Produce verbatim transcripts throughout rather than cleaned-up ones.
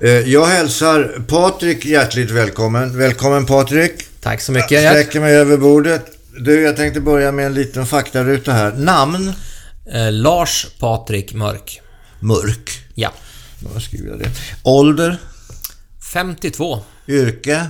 Jag hälsar Patrik hjärtligt välkommen. Välkommen Patrik. Tack så mycket. Jag sträcker mig över bordet. Du, jag tänkte börja med en liten faktaruta här. Namn? Eh, Lars Patrik Mörk. Mörk? Ja. Vad skriver jag det? Ålder? femtiotvå. Yrke?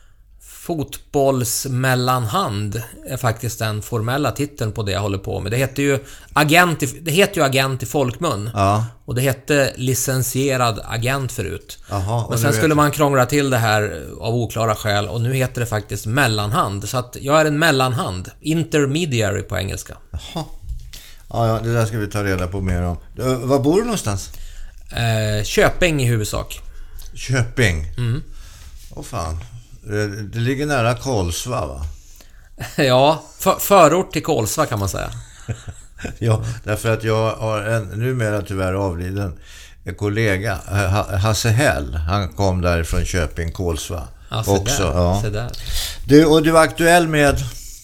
Fotbollsmellanhand är faktiskt den formella titeln på det jag håller på med. Det heter ju agent i, det heter ju agent i folkmun. Ja. Och det hette licensierad agent förut. Aha, men sen skulle man krångla till det här av oklara skäl. Och nu heter det faktiskt mellanhand. Så att jag är en mellanhand. Intermediary på engelska. Jaha. Ja, ja, det där ska vi ta reda på mer om. Var bor du någonstans? Eh, Köping i huvudsak. Köping? Mm. Åh fan. Det ligger nära Kolsva, va? Ja, för, förort till Kolsva kan man säga. Ja, därför att jag har en numera tyvärr avliden en kollega, Hasse Hell. Han kom där från Köping, Kolsva. Ja, så också. Där, ja. så där. Du, och du är aktuell med?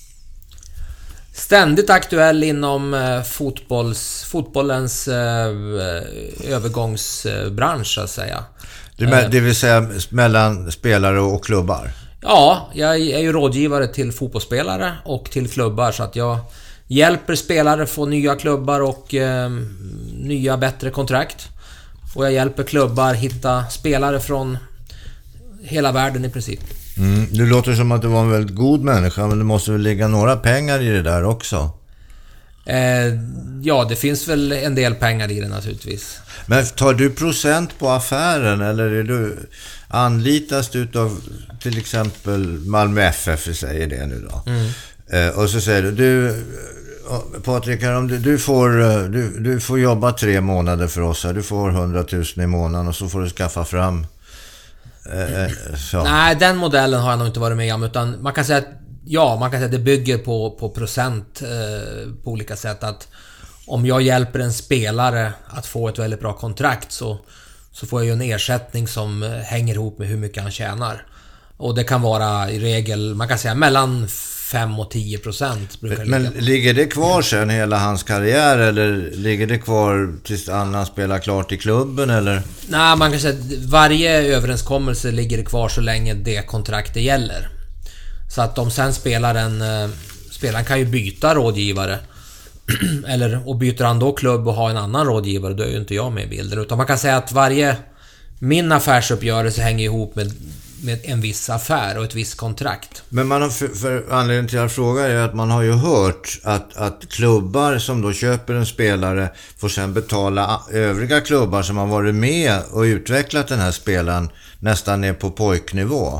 Ständigt aktuell inom eh, fotbolls, fotbollens eh, övergångsbransch så att säga. Det, det vill säga mellan spelare och klubbar? Ja, jag är ju rådgivare till fotbollsspelare och till klubbar så att jag hjälper spelare få nya klubbar och eh, nya bättre kontrakt. Och jag hjälper klubbar hitta spelare från hela världen i princip. Mm, det låter som att du var en väldigt god människa, men det måste väl ligga några pengar i det där också? Eh, ja, det finns väl en del pengar i det naturligtvis. Men tar du procent på affären eller är du anlitas du utav till exempel Malmö F F, säger det nu då. Mm. Eh, och så säger du, du Patrik, om du, du, får, du, du får jobba tre månader för oss här, du får hundratusen i månaden och så får du skaffa fram eh, så. Nej, den modellen har jag nog inte varit med om, utan man kan säga att ja, man kan säga att det bygger på, på procent eh, på olika sätt. Att om jag hjälper en spelare att få ett väldigt bra kontrakt så, så får jag ju en ersättning som hänger ihop med hur mycket han tjänar. Och det kan vara i regel, man kan säga mellan fem och tio procent. Men, men ligger det kvar sen hela hans karriär eller ligger det kvar tills annan spelar klart i klubben eller? Nej, man kan säga att varje överenskommelse ligger kvar så länge det kontraktet gäller. Så att om sen spelaren, spelaren kan ju byta rådgivare eller, och byter han då klubb och har en annan rådgivare, då är ju inte jag med i bilden. Utan man kan säga att varje, min affärsuppgörelse hänger ihop med, med en viss affär och ett visst kontrakt. Men man har för, för anledningen till att fråga är att man har ju hört att, att klubbar som då köper en spelare får sen betala övriga klubbar som har varit med och utvecklat den här spelaren nästan ner på pojknivå.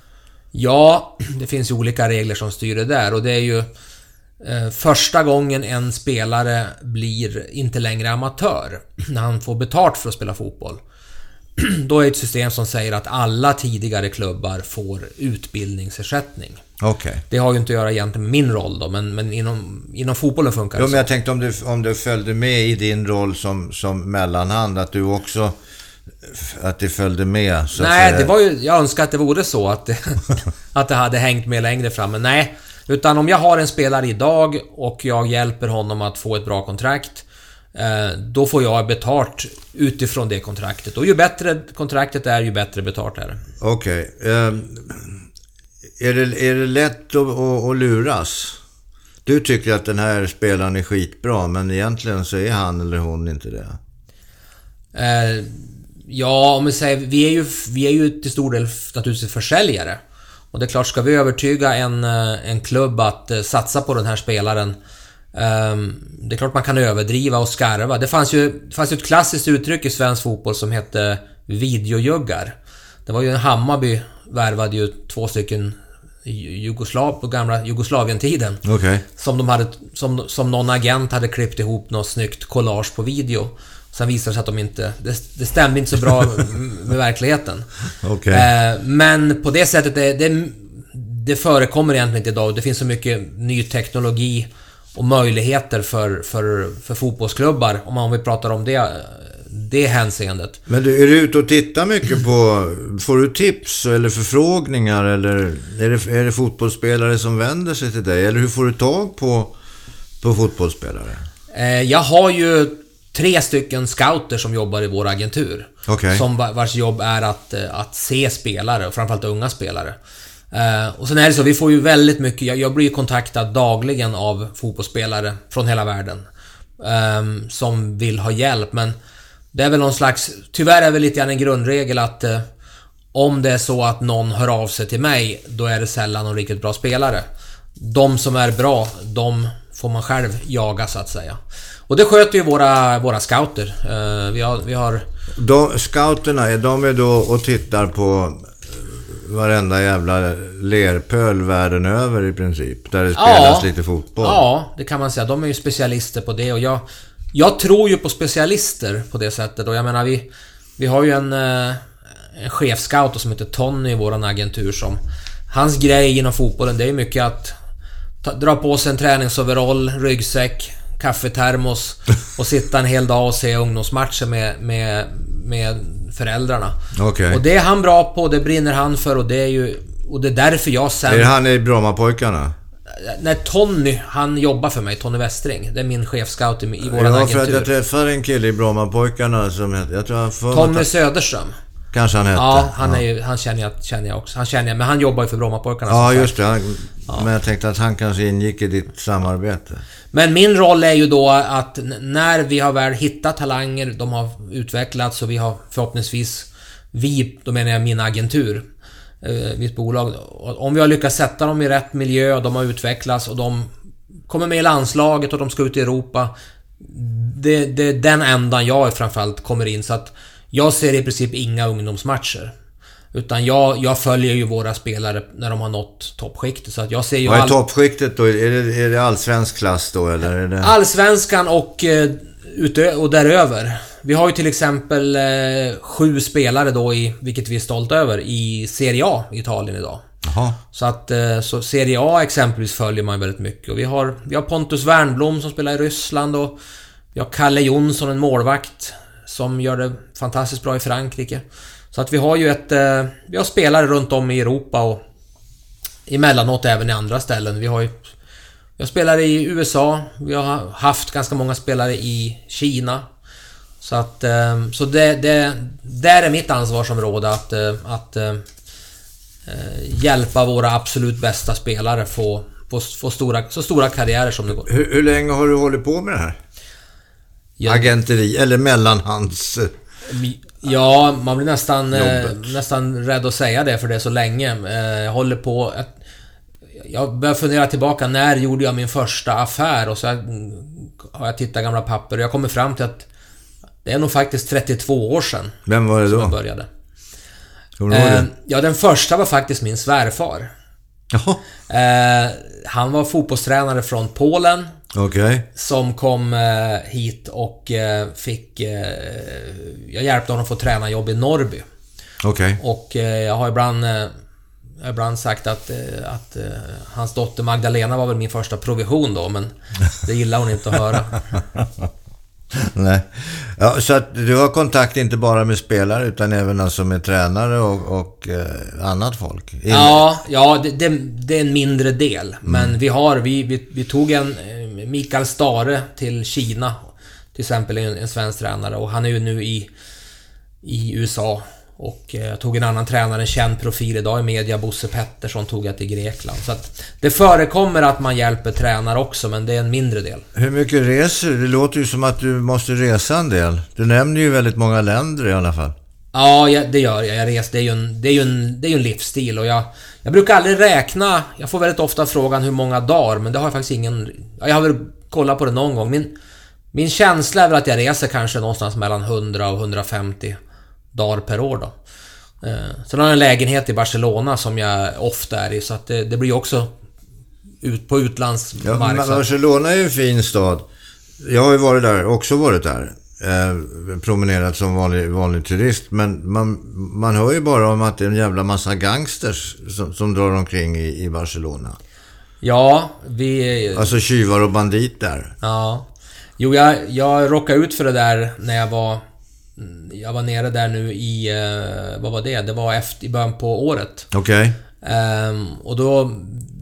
Ja, det finns ju olika regler som styr det där och det är ju eh, första gången en spelare blir inte längre amatör när han får betalt för att spela fotboll. Då är det ett system som säger att alla tidigare klubbar får utbildningsersättning. Okay. Det har ju inte att göra egentligen med min roll då, men, men inom, inom fotbollen funkar det jo, så. Men jag tänkte om du, om du följde med i din roll som, som mellanhand, att du också att det följde med så nej, för... det var ju, jag önskar att det vore så att det, att det hade hängt med längre fram, men nej, utan om jag har en spelare idag och jag hjälper honom att få ett bra kontrakt, eh, då får jag betalt utifrån det kontraktet, och ju bättre kontraktet är, ju bättre betalt är det. Okej, okay. um, är, det, är det lätt att, att, att luras? Du tycker att den här spelaren är skitbra, men egentligen så är han eller hon inte det. Eh, Ja, om vi säger, vi är ju vi är ju till stor del naturligtvis försäljare. Och det är klart, ska vi övertyga en en klubb att uh, satsa på den här spelaren, um, det är klart man kan överdriva och skarva. Det fanns ju det fanns ju ett klassiskt uttryck i svensk fotboll som hette videojuggar. Det var ju en Hammarby värvade ju två stycken Jugoslav på gamla Jugoslavien-tiden. Okay. Som de hade som som någon agent hade klippt ihop något snyggt collage på video. Sen visar det sig att de inte, det, det stämde inte så bra med verkligheten. Okay. Eh, men på det sättet, det, det, det förekommer egentligen inte idag. Det finns så mycket ny teknologi och möjligheter för, för, för fotbollsklubbar, om man vill prata om det, det hänseendet. Men du, är du ute och tittar mycket på, får du tips eller förfrågningar, eller är det, är det fotbollsspelare som vänder sig till dig, eller hur får du tag på, på fotbollsspelare? Eh, jag har ju tre stycken scouter som jobbar i vår agentur. Okay. Som vars jobb är att, att se spelare, och framförallt unga spelare. Uh, och sen är det så, vi får ju väldigt mycket, jag, jag blir ju kontaktad dagligen av fotbollsspelare från hela världen um, som vill ha hjälp, men det är väl någon slags, tyvärr är väl lite grann en grundregel att uh, om det är så att någon hör av sig till mig, då är det sällan någon riktigt bra spelare. De som är bra, de får man själv jaga så att säga. Och det sköter ju våra, våra scouter. Uh, vi har, vi har... De, scouterna, är de är då och tittar på varenda jävla lerpöl världen över i princip, där det spelas ja, lite fotboll. Ja, det kan man säga. De är ju specialister på det, och jag, jag tror ju på specialister på det sättet. Och jag menar, vi, vi har ju en, en chefscout som heter Tony i våran agentur, som hans grej inom fotbollen, det är mycket att ta, dra på sig en träningsoverall, ryggsäck, kaffetermos och sitta en hel dag och se ungdomsmatcher med, med, med föräldrarna. Okay. Och det är han bra på, det brinner han för, och det är ju, och det är därför jag sen... Är det han i Brommapojkarna? Nej, Tony, han jobbar för mig, Tony Westring. Det är min chefscout i, i våran agentur. Ja, agentur. för att jag träffade en kille i Brommapojkarna som heter... Jag tror han får Tommy Söderström. Kanske han hette. Ja, han, är ju, han känner, jag, känner jag också. Han känner jag, men han jobbar ju för Brommapojkarna. Ja, just det. Han, ja. Men jag tänkte att han kanske ingick i ditt samarbete. Men min roll är ju då att när vi har väl hittat talanger, de har utvecklats, och vi har förhoppningsvis, vi, då menar jag min agentur, eh, mitt bolag, om vi har lyckats sätta dem i rätt miljö, och de har utvecklats och de kommer med i landslaget och de ska ut i Europa, det, det är den ändan jag framförallt kommer in. Så att jag ser i princip inga ungdomsmatcher, utan jag, jag följer ju våra spelare när de har nått toppskiktet. Så att jag ser ju... Vad är all... toppskiktet då? Är det, är det allsvensk klass då? Eller är det... Allsvenskan och, eh, utö- och däröver. Vi har ju till exempel eh, sju spelare då i, vilket vi är stolta över, i Serie A i Italien idag. Aha. Så att eh, så Serie A exempelvis följer man väldigt mycket. Och vi har, vi har Pontus Wernblom som spelar i Ryssland, och vi har Kalle Jonsson, en målvakt som gör det fantastiskt bra i Frankrike. Så att vi har ju ett eh, vi har spelare runt om i Europa, och emellanåt även i andra ställen. Vi har ju vi har spelare i U S A, vi har haft ganska många spelare i Kina. Så att eh, så det, det där är mitt ansvarsområde att eh, att eh, hjälpa våra absolut bästa spelare få få, få stora så stora karriärer som det går. Hur, hur länge har du hållit på med det här? Ja. Agenteri eller mellanhands? Ja, man blir nästan eh, nästan rädd att säga det, för det är så länge. Eh, jag håller på att, jag börjar fundera tillbaka, när gjorde jag min första affär, och så har jag tittat gamla papper, och jag kommer fram till att det är nog faktiskt trettiotvå år sedan. Vem var det då? Jag började. Eh, ja, den första var faktiskt min svärfar. Jaha. Eh, han var fotbollstränare från Polen. Okay. Som kom eh, hit och eh, fick eh, jag hjälpte honom att få träna jobb i Norrby. Okay. Och eh, jag har ibland eh, ibland sagt att, eh, att eh, hans dotter Magdalena var väl min första provision då, men det gillar hon inte att höra. Nej. Ja, så att du har kontakt inte bara med spelare utan även alltså med tränare och, och eh, annat folk. In... Ja, ja det, det, det är en mindre del. Mm. Men vi har vi, vi, vi tog en eh, Mikael Stare till Kina till exempel, en, en svensk tränare, och han är ju nu i i U S A. Och jag eh, tog en annan tränare, en känd profil idag i media, Bosse Pettersson, tog jag till Grekland. Så att det förekommer att man hjälper tränare också, men det är en mindre del. Hur mycket reser? Det låter ju som att du måste resa en del. Du nämner ju väldigt många länder i alla fall. Ja, jag, det gör jag. Jag reser. Det är ju en, det är ju en, det är ju en livsstil, och jag, jag brukar aldrig räkna. Jag får väldigt ofta frågan hur många dagar, men det har jag faktiskt ingen... Jag har väl kollat på det någon gång. Min, min känsla är väl att jag reser kanske någonstans mellan hundra och hundrafemtio dagar per år då. Sen har jag en lägenhet i Barcelona som jag ofta är i, så att det, det blir också ut på utlandsmark. Ja, Barcelona är ju en fin stad. Jag har ju varit där, också varit där. Eh, promenerat som vanlig, vanlig turist. Men man, man hör ju bara om att det är en jävla massa gangsters som, som drar omkring i, i Barcelona. Ja, vi... Alltså tjuvar och banditer. Ja. Jo, jag, jag råkade ut för det där när jag var... Jag var nere där nu i... Vad var det? Det var efter, i början på året. Okej. Okay. Um, och då...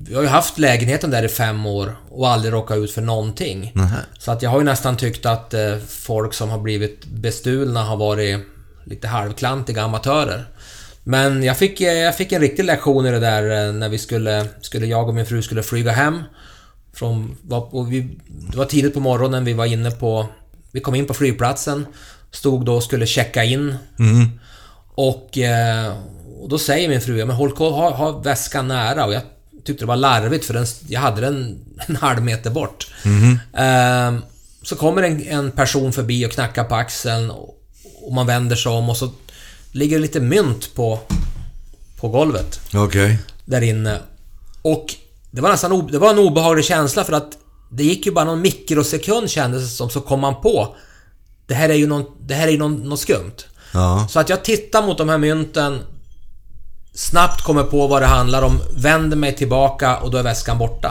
vi har ju haft lägenheten där i fem år och aldrig råkat ut för någonting. Mm. Så att jag har ju nästan tyckt att eh, folk som har blivit bestulna har varit lite halvklantiga amatörer. Men jag fick, jag fick en riktig lektion i det där när vi skulle, skulle jag och min fru skulle flyga hem. Från, och vi, det var tidigt på morgonen, vi var inne på, vi kom in på flygplatsen, stod då och skulle checka in. Mm. Och, och då säger min fru, ja, men håll koll, ha, ha väskan nära. Och jag tyckte det var larvigt för den, jag hade den en halv meter bort. Mm. Ehm, så kommer en, en person förbi och knackar på axeln och, och man vänder sig om och så ligger lite mynt på, på golvet. Okej. Okay. Där inne. Och det var nästan det var en obehaglig känsla för att det gick ju bara någon mikrosekund kändes det som, så kom man på det här är ju någon, det här är ju någon, något skumt. Ja. Så att jag tittar mot de här mynten, snabbt kommer på vad det handlar om, vänder mig tillbaka och då är väskan borta.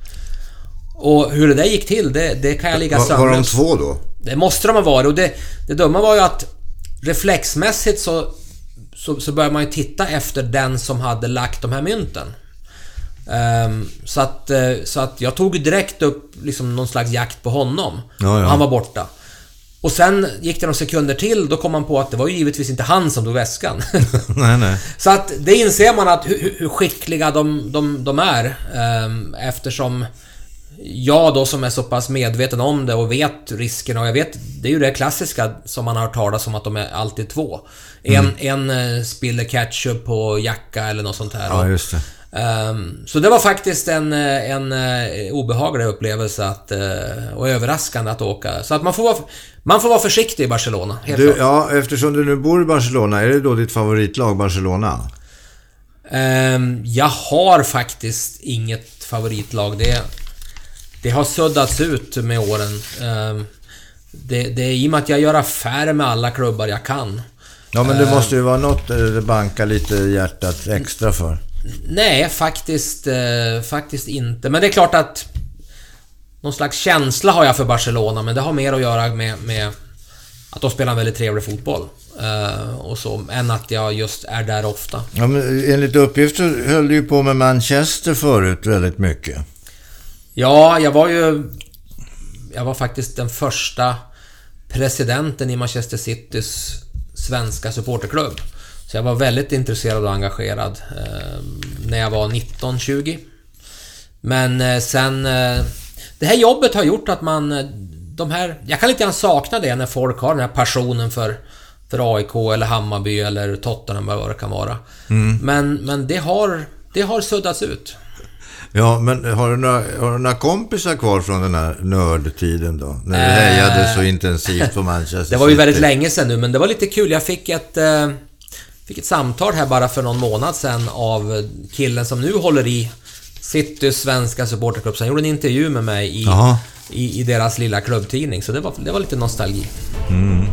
Och hur det där gick till, det, det kan jag ligga var, sömnlös. var de två då? Det måste de ha varit. Och det, det dumma var ju att reflexmässigt så, så, så börjar man ju titta efter den som hade lagt de här mynten. Um, så, att, så att jag tog direkt upp liksom någon slags jakt på honom. Ja, ja. Han var borta. Och sen gick det några sekunder till, då kom man på att det var ju givetvis inte han som tog väskan. nej, nej. Så att det inser man att hur, hur skickliga de, de, de är. Um, eftersom jag då som är så pass medveten om det och vet riskerna, och jag vet, det är ju det klassiska som man har hört talas om, att de är alltid två. En, mm. en uh, spiller ketchup på jacka eller något sånt här. Ja, just det. Um, så det var faktiskt en, en uh, obehaglig upplevelse att, uh, och överraskande att åka. Så att man får vara, man får vara försiktig i Barcelona. Helt du, klart. ja, eftersom du nu bor i Barcelona, är det då ditt favoritlag Barcelona? Um, jag har faktiskt inget favoritlag. Det, det har suddats ut med åren. Um, det, det är i och med att jag gör affärer med alla klubbar jag kan. Ja, men det um, måste ju vara något det bankar lite hjärtat extra för. Nej, faktiskt eh, faktiskt inte. Men det är klart att någon slags känsla har jag för Barcelona, men det har mer att göra med, med att de spelar en väldigt trevlig fotboll eh, och så, än att jag just är där ofta. Ja, men enligt uppgifter höll du ju på med Manchester förut väldigt mycket. Ja, jag var ju jag var faktiskt den första presidenten i Manchester Citys svenska supporterklubb. Så jag var väldigt intresserad och engagerad eh, när jag var nitton tjugo. Men eh, sen eh, det här jobbet har gjort att man de här, jag kan lite grann sakna det när folk har den här passionen för för A I K eller Hammarby eller Tottenham, vad det kan vara. Mm. Men men det har det har suddats ut. Ja, men har du några, har du några kompisar kvar från den här nördtiden då? När du äh, hejade så intensivt på Manchester. Det var ju väldigt länge sedan nu, men det var lite kul. Jag fick ett eh, fick ett samtal här bara för någon månad sedan av killen som nu håller i Citys svenska supporterklubb. Han gjorde en intervju med mig i, i, i deras lilla klubbtidning. Så det var, det var lite nostalgi. Mm.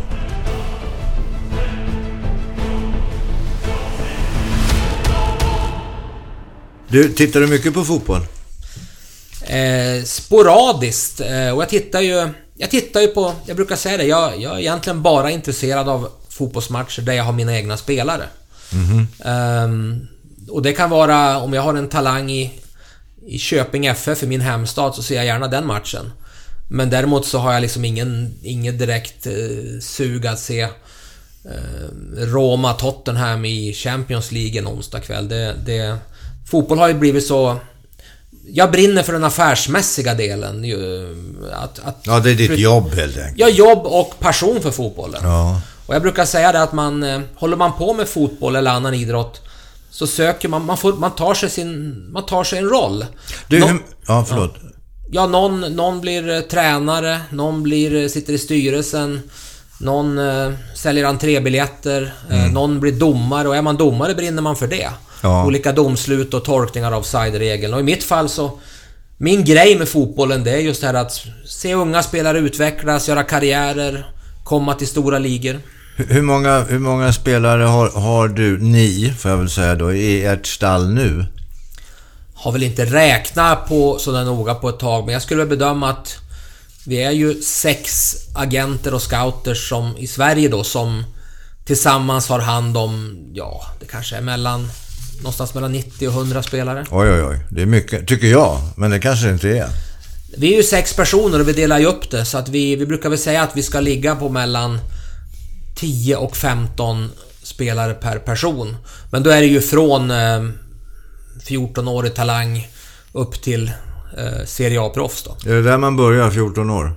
Du, tittar du mycket på fotboll? Eh, sporadiskt. Eh, och jag tittar ju Jag tittar ju på, jag brukar säga det, jag, jag är egentligen bara intresserad av fotbollsmatcher där jag har mina egna spelare. Mm-hmm. um, Och det kan vara, om jag har en talang i, i Köping F F i min hemstad, så ser jag gärna den matchen. Men däremot så har jag liksom ingen, ingen direkt eh, sug att se eh, Roma Tottenham i Champions League en onsdag kväll. Det, det, fotboll har ju blivit så... Jag brinner för den affärsmässiga delen. Att, att, ja, det är ditt jobb helt enkelt. Ja, jobb och passion för fotbollen. Ja. Och jag brukar säga det att man håller man på med fotboll eller annan idrott, så söker man, man, får, man, tar, sig sin, man tar sig en roll. Du, Nå- ja, förlåt. Ja, ja någon, någon blir tränare, någon blir, sitter i styrelsen, någon eh, säljer entrébiljetter, mm. eh, någon blir domare, och är man domare brinner man för det. Ja. Olika domslut och tolkningar av offside-regeln. Och i mitt fall så, min grej med fotbollen, det är just det här att se unga spelare utvecklas, göra karriärer, komma till stora ligor. Hur många, hur många spelare har, har du, ni får jag väl säga då, i ert stall nu? Har väl inte räknat på sådär noga på ett tag, men jag skulle bedöma att vi är ju sex agenter och scouter som, i Sverige då, som tillsammans har hand om, ja, det kanske är mellan någonstans mellan nittio och hundra spelare. Oj, oj, oj. Det är mycket, tycker jag. Men det kanske inte är. Vi är ju sex personer och vi delar ju upp det. Så att vi, vi brukar väl säga att vi ska ligga på mellan tio och femton spelare per person. Men då är det ju från eh, fjorton-årig talang upp till eh, Serie A-proffs då. Är det där man börjar fjorton år?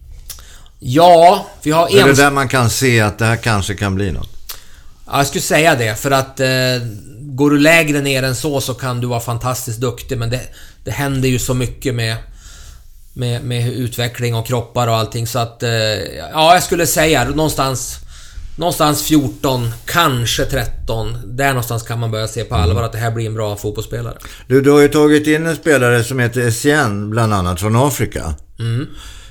Ja, vi har en... Är det där man kan se att det här kanske kan bli något? Ja, jag skulle säga det. För att eh, går du lägre ner än så så kan du vara fantastiskt duktig. Men det, det händer ju så mycket med, med, med utveckling och kroppar och allting. Så att, eh, ja, jag skulle säga någonstans... Någonstans fjorton, kanske tretton. Där någonstans kan man börja se på allvar att det här blir en bra fotbollsspelare. Du, du har ju tagit in en spelare som heter Essien, bland annat från Afrika. Mm.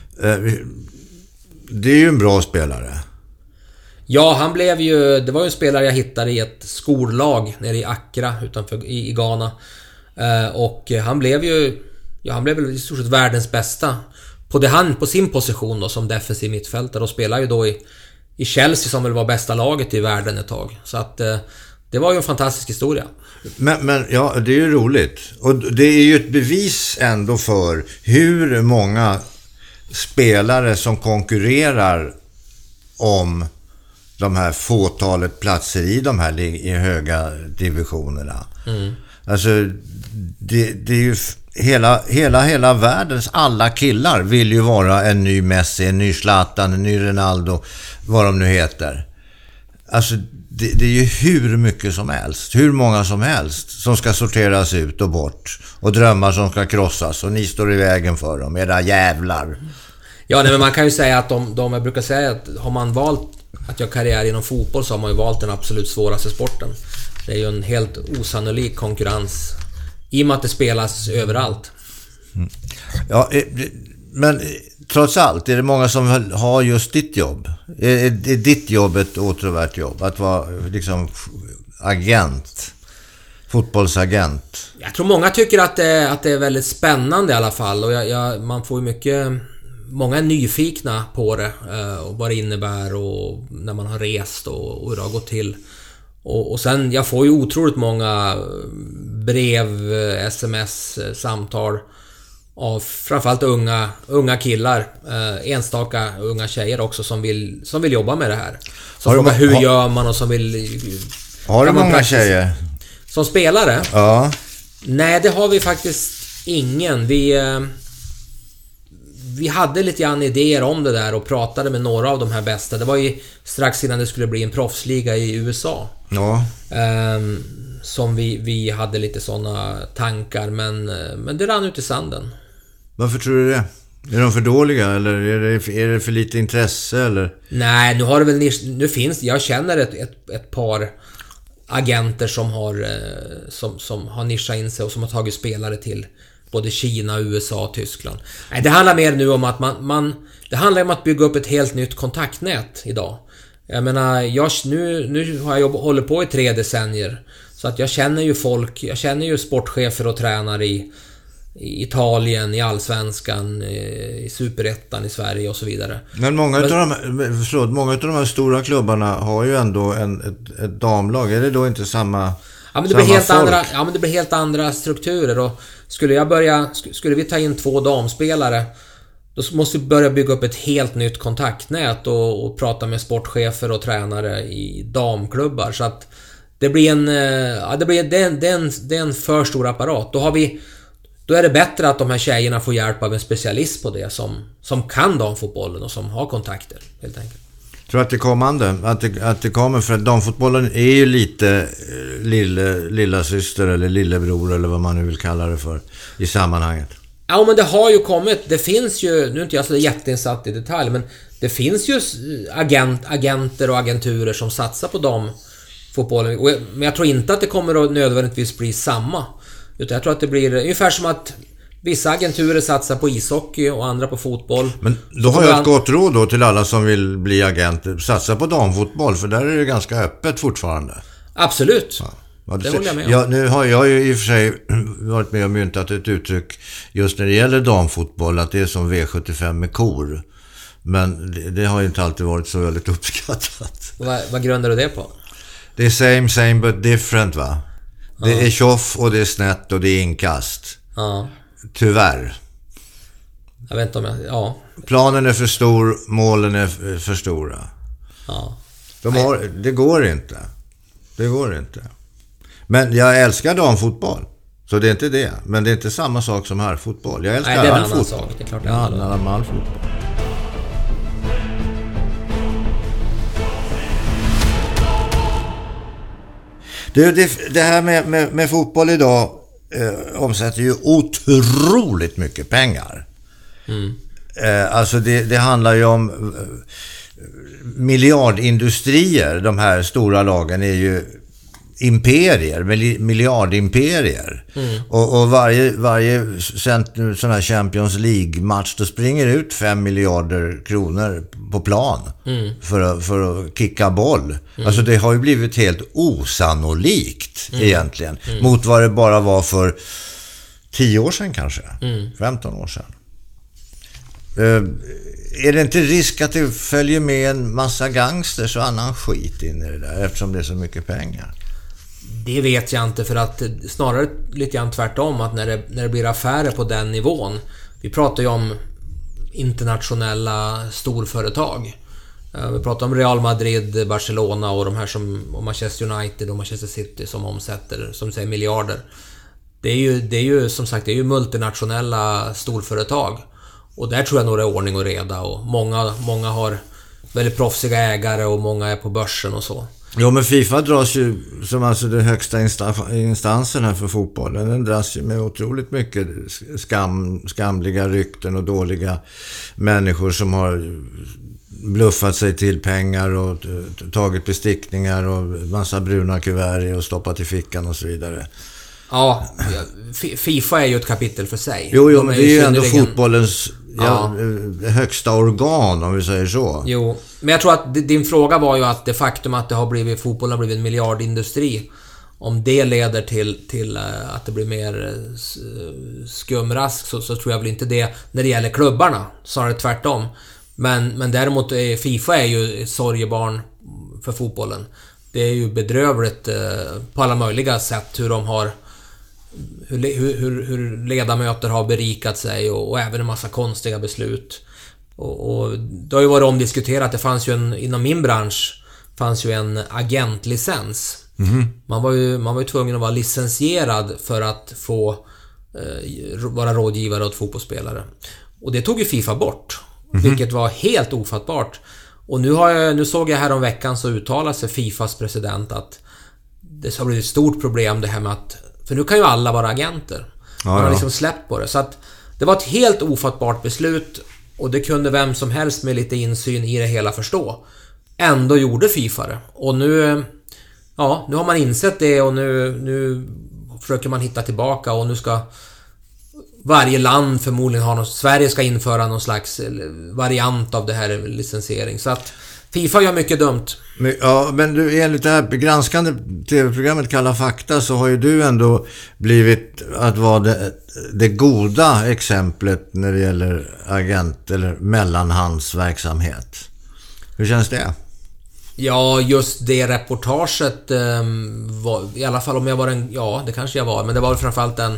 Det är ju en bra spelare. Ja, han blev ju... Det var ju en spelare jag hittade i ett skollag nere i Accra utanför i, i Ghana. Och han blev ju... Ja, han blev väl i stort sett världens bästa på det han på sin position då, som defensiv mittfältare, och spelar ju då i i Chelsea som väl var bästa laget i världen ett tag. Så att eh, det var ju en fantastisk historia. Men, men ja, det är ju roligt. Och det är ju ett bevis ändå för hur många spelare som konkurrerar om de här fåtalet platser i de här i höga divisionerna. Mm. Alltså det, det är ju hela, hela, hela världens alla killar vill ju vara en ny Messi, en ny Zlatan, en ny Ronaldo, vad de nu heter. Alltså det, det är ju hur mycket som helst, hur många som helst som ska sorteras ut och bort, och drömmar som ska krossas, och ni står i vägen för dem, era jävlar. Ja, nej, men man kan ju säga att de, de jag brukar säga att har man valt att göra karriär inom fotboll så har man ju valt den absolut svåraste sporten. Det är ju en helt osannolik konkurrens i och med att det spelas överallt. Mm. Ja, men trots allt är det många som har just ditt jobb. Är, är ditt jobb ett åtråvärt jobb? Att vara liksom agent, fotbollsagent? Jag tror många tycker att det, att det är väldigt spännande i alla fall. Och jag, jag, man får ju mycket... Många är nyfikna på det och vad det innebär och när man har rest och, och hur det har gått till. Och, och sen, jag får ju otroligt många brev, sms, samtal av framförallt unga, unga killar, eh, enstaka unga tjejer också som vill, som vill jobba med det här. Som frågar hur har, gör man och som vill... Har du många tjejer? Som spelare? Ja. Nej, det har vi faktiskt ingen. Vi... Eh, Vi hade lite grann idéer om det där och pratade med några av de här bästa. Det var ju strax innan det skulle bli en proffsliga i U S A. Ja. Um, som vi, vi hade lite såna tankar, men, men det rann ut i sanden. Varför tror du det? Är de för dåliga eller är det, är det för lite intresse eller? Nej, nu har det väl nu finns jag känner ett, ett, ett par agenter som har som, som har nischat in sig och som har tagit spelare till både Kina, U S A och Tyskland. Nej, det handlar mer nu om att man, man det handlar om att bygga upp ett helt nytt kontaktnät idag. Jag menar, jag, nu, nu har jag hållit på i tre decennier. Så att jag känner ju folk, jag känner ju sportchefer och tränare i, i Italien, i Allsvenskan, i Superettan i Sverige och så vidare. Men många av de, förlåt, många av de här stora klubbarna har ju ändå en, ett, ett damlag. Är det då inte samma... Ja, men det blir helt andra, ja, men det blir helt andra strukturer. Och skulle jag börja, skulle vi ta in två damspelare, då måste vi börja bygga upp ett helt nytt kontaktnät och, och prata med sportchefer och tränare i damklubbar. Så att det blir en, ja, det blir det är en, det är en, det är en för stor apparat. Då har vi, då är det bättre att de här tjejerna får hjälp av en specialist på det som, som kan damfotbollen och som har kontakter helt enkelt. Jag tror att det kommande, att det, att det kommer, för att damfotbollen är ju lite lille, lilla syster eller lillebror eller vad man nu vill kalla det för i sammanhanget. Ja, men det har ju kommit, det finns ju, nu är inte jag så jätteinsatt i detalj, men det finns ju agent, agenter och agenturer som satsar på damfotbollen. Men jag tror inte att det kommer att nödvändigtvis bli samma, utan jag tror att det blir ungefär som att vissa agenturer satsar på ishockey och andra på fotboll. Men då har jag ett gott råd då till alla som vill bli agenter. Satsa på damfotboll, för där är det ganska öppet fortfarande. Absolut. Ja, det håller jag med om. Ja, nu har jag ju i och för sig varit med och myntat ett uttryck just när det gäller damfotboll, att det är som V sjuttiofem med kor. Men det, det har ju inte alltid varit så väldigt uppskattat. Vad, vad grundar du det på? Det är same, same but different, va? Det ja. är tjoff och det är snett och det är inkast. Ja. Tyvärr. Jag vet inte om jag... Ja. Planen är för stor, målen är för stora. Ja. De har, det går inte. Det går inte. Men jag älskar damfotboll. Så det är inte det. Men det är inte samma sak som här fotboll. Jag älskar Nej, det är all en annan fotboll. sak. Det är klart det är är all, all, all fotboll. Det, det, det här med, med, med fotboll idag eh, omsätter ju otroligt mycket pengar. Mm. Eh, alltså det, det handlar ju om eh, miljardindustrier. De här stora lagen är ju imperier, miljardimperier. Mm. Och, och varje, varje sån här Champions League-match då springer ut fem miljarder kronor på plan mm. för, att, för att kicka boll. Mm. Alltså det har ju blivit helt osannolikt mm. egentligen. Mm. Mot vad det bara var för tio år sedan kanske. Mm. femton år sedan. Uh, är det inte risk att det följer med en massa gangsters och annan skit in i det där eftersom det är så mycket pengar? Det vet jag inte, för att snarare lite grann tvärtom, att när det, när det blir affärer på den nivån, vi pratar ju om internationella storföretag. Vi pratar om Real Madrid, Barcelona och de här som, och Manchester United och Manchester City som omsätter, som säger, miljarder. Det är ju, det är ju som sagt, det är ju multinationella storföretag. Och där tror jag nog det är ordning och reda, och många, många har väldigt proffsiga ägare och många är på börsen och så. Ja, men FIFA dras ju som alltså den högsta instansen här för fotbollen. Den dras ju med otroligt mycket skam, skamliga rykten och dåliga människor som har bluffat sig till pengar och tagit bestickningar och massa bruna kuvert och stoppat i fickan och så vidare. Ja, FIFA är ju ett kapitel för sig. Jo, jo De men det är ju ändå fotbollens ja, ja. högsta organ, om vi säger så. Jo, men jag tror att din fråga var ju att det faktum att det har blivit, fotbollen har blivit en miljardindustri, om det leder till, till att det blir mer skumrask, så, så tror jag väl inte det när det gäller klubbarna, snarare tvärtom. Men, men däremot är FIFA är ju ett sorgebarn för fotbollen. Det är ju bedrövligt på alla möjliga sätt hur de har Hur, hur, hur ledamöter har berikat sig och, och även en massa konstiga beslut. Och, och det har ju varit omdiskuterat. Det fanns ju en, inom min bransch fanns ju en agentlicens. Mm. Man var ju, man var ju tvungen att vara licensierad för att få eh, vara rådgivare åt fotbollsspelare. Och det tog ju FIFA bort. Mm. Vilket var helt ofattbart. Och nu, har jag, nu såg jag här om veckan så uttalade sig FIFAs president att det har blivit ett stort problem det här med att, för nu kan ju alla vara agenter. Man ja, har liksom släppt på det. Så att det var ett helt ofattbart beslut, och det kunde vem som helst med lite insyn i det hela förstå. Ändå gjorde FIFA det. Och nu, ja, nu har man insett det, och nu, nu försöker man hitta tillbaka, och nu ska varje land förmodligen ha något, Sverige ska införa någon slags variant av det här licensiering. Så att FIFA gör mycket dumt. Men, ja, men du, enligt det här granskande tv-programmet Kalla fakta så har ju du ändå blivit att vara det, det goda exemplet när det gäller agent- eller mellanhandsverksamhet. Hur känns det? Ja, just det reportaget eh, var, i alla fall om jag var en, ja det kanske jag var, men det var framförallt den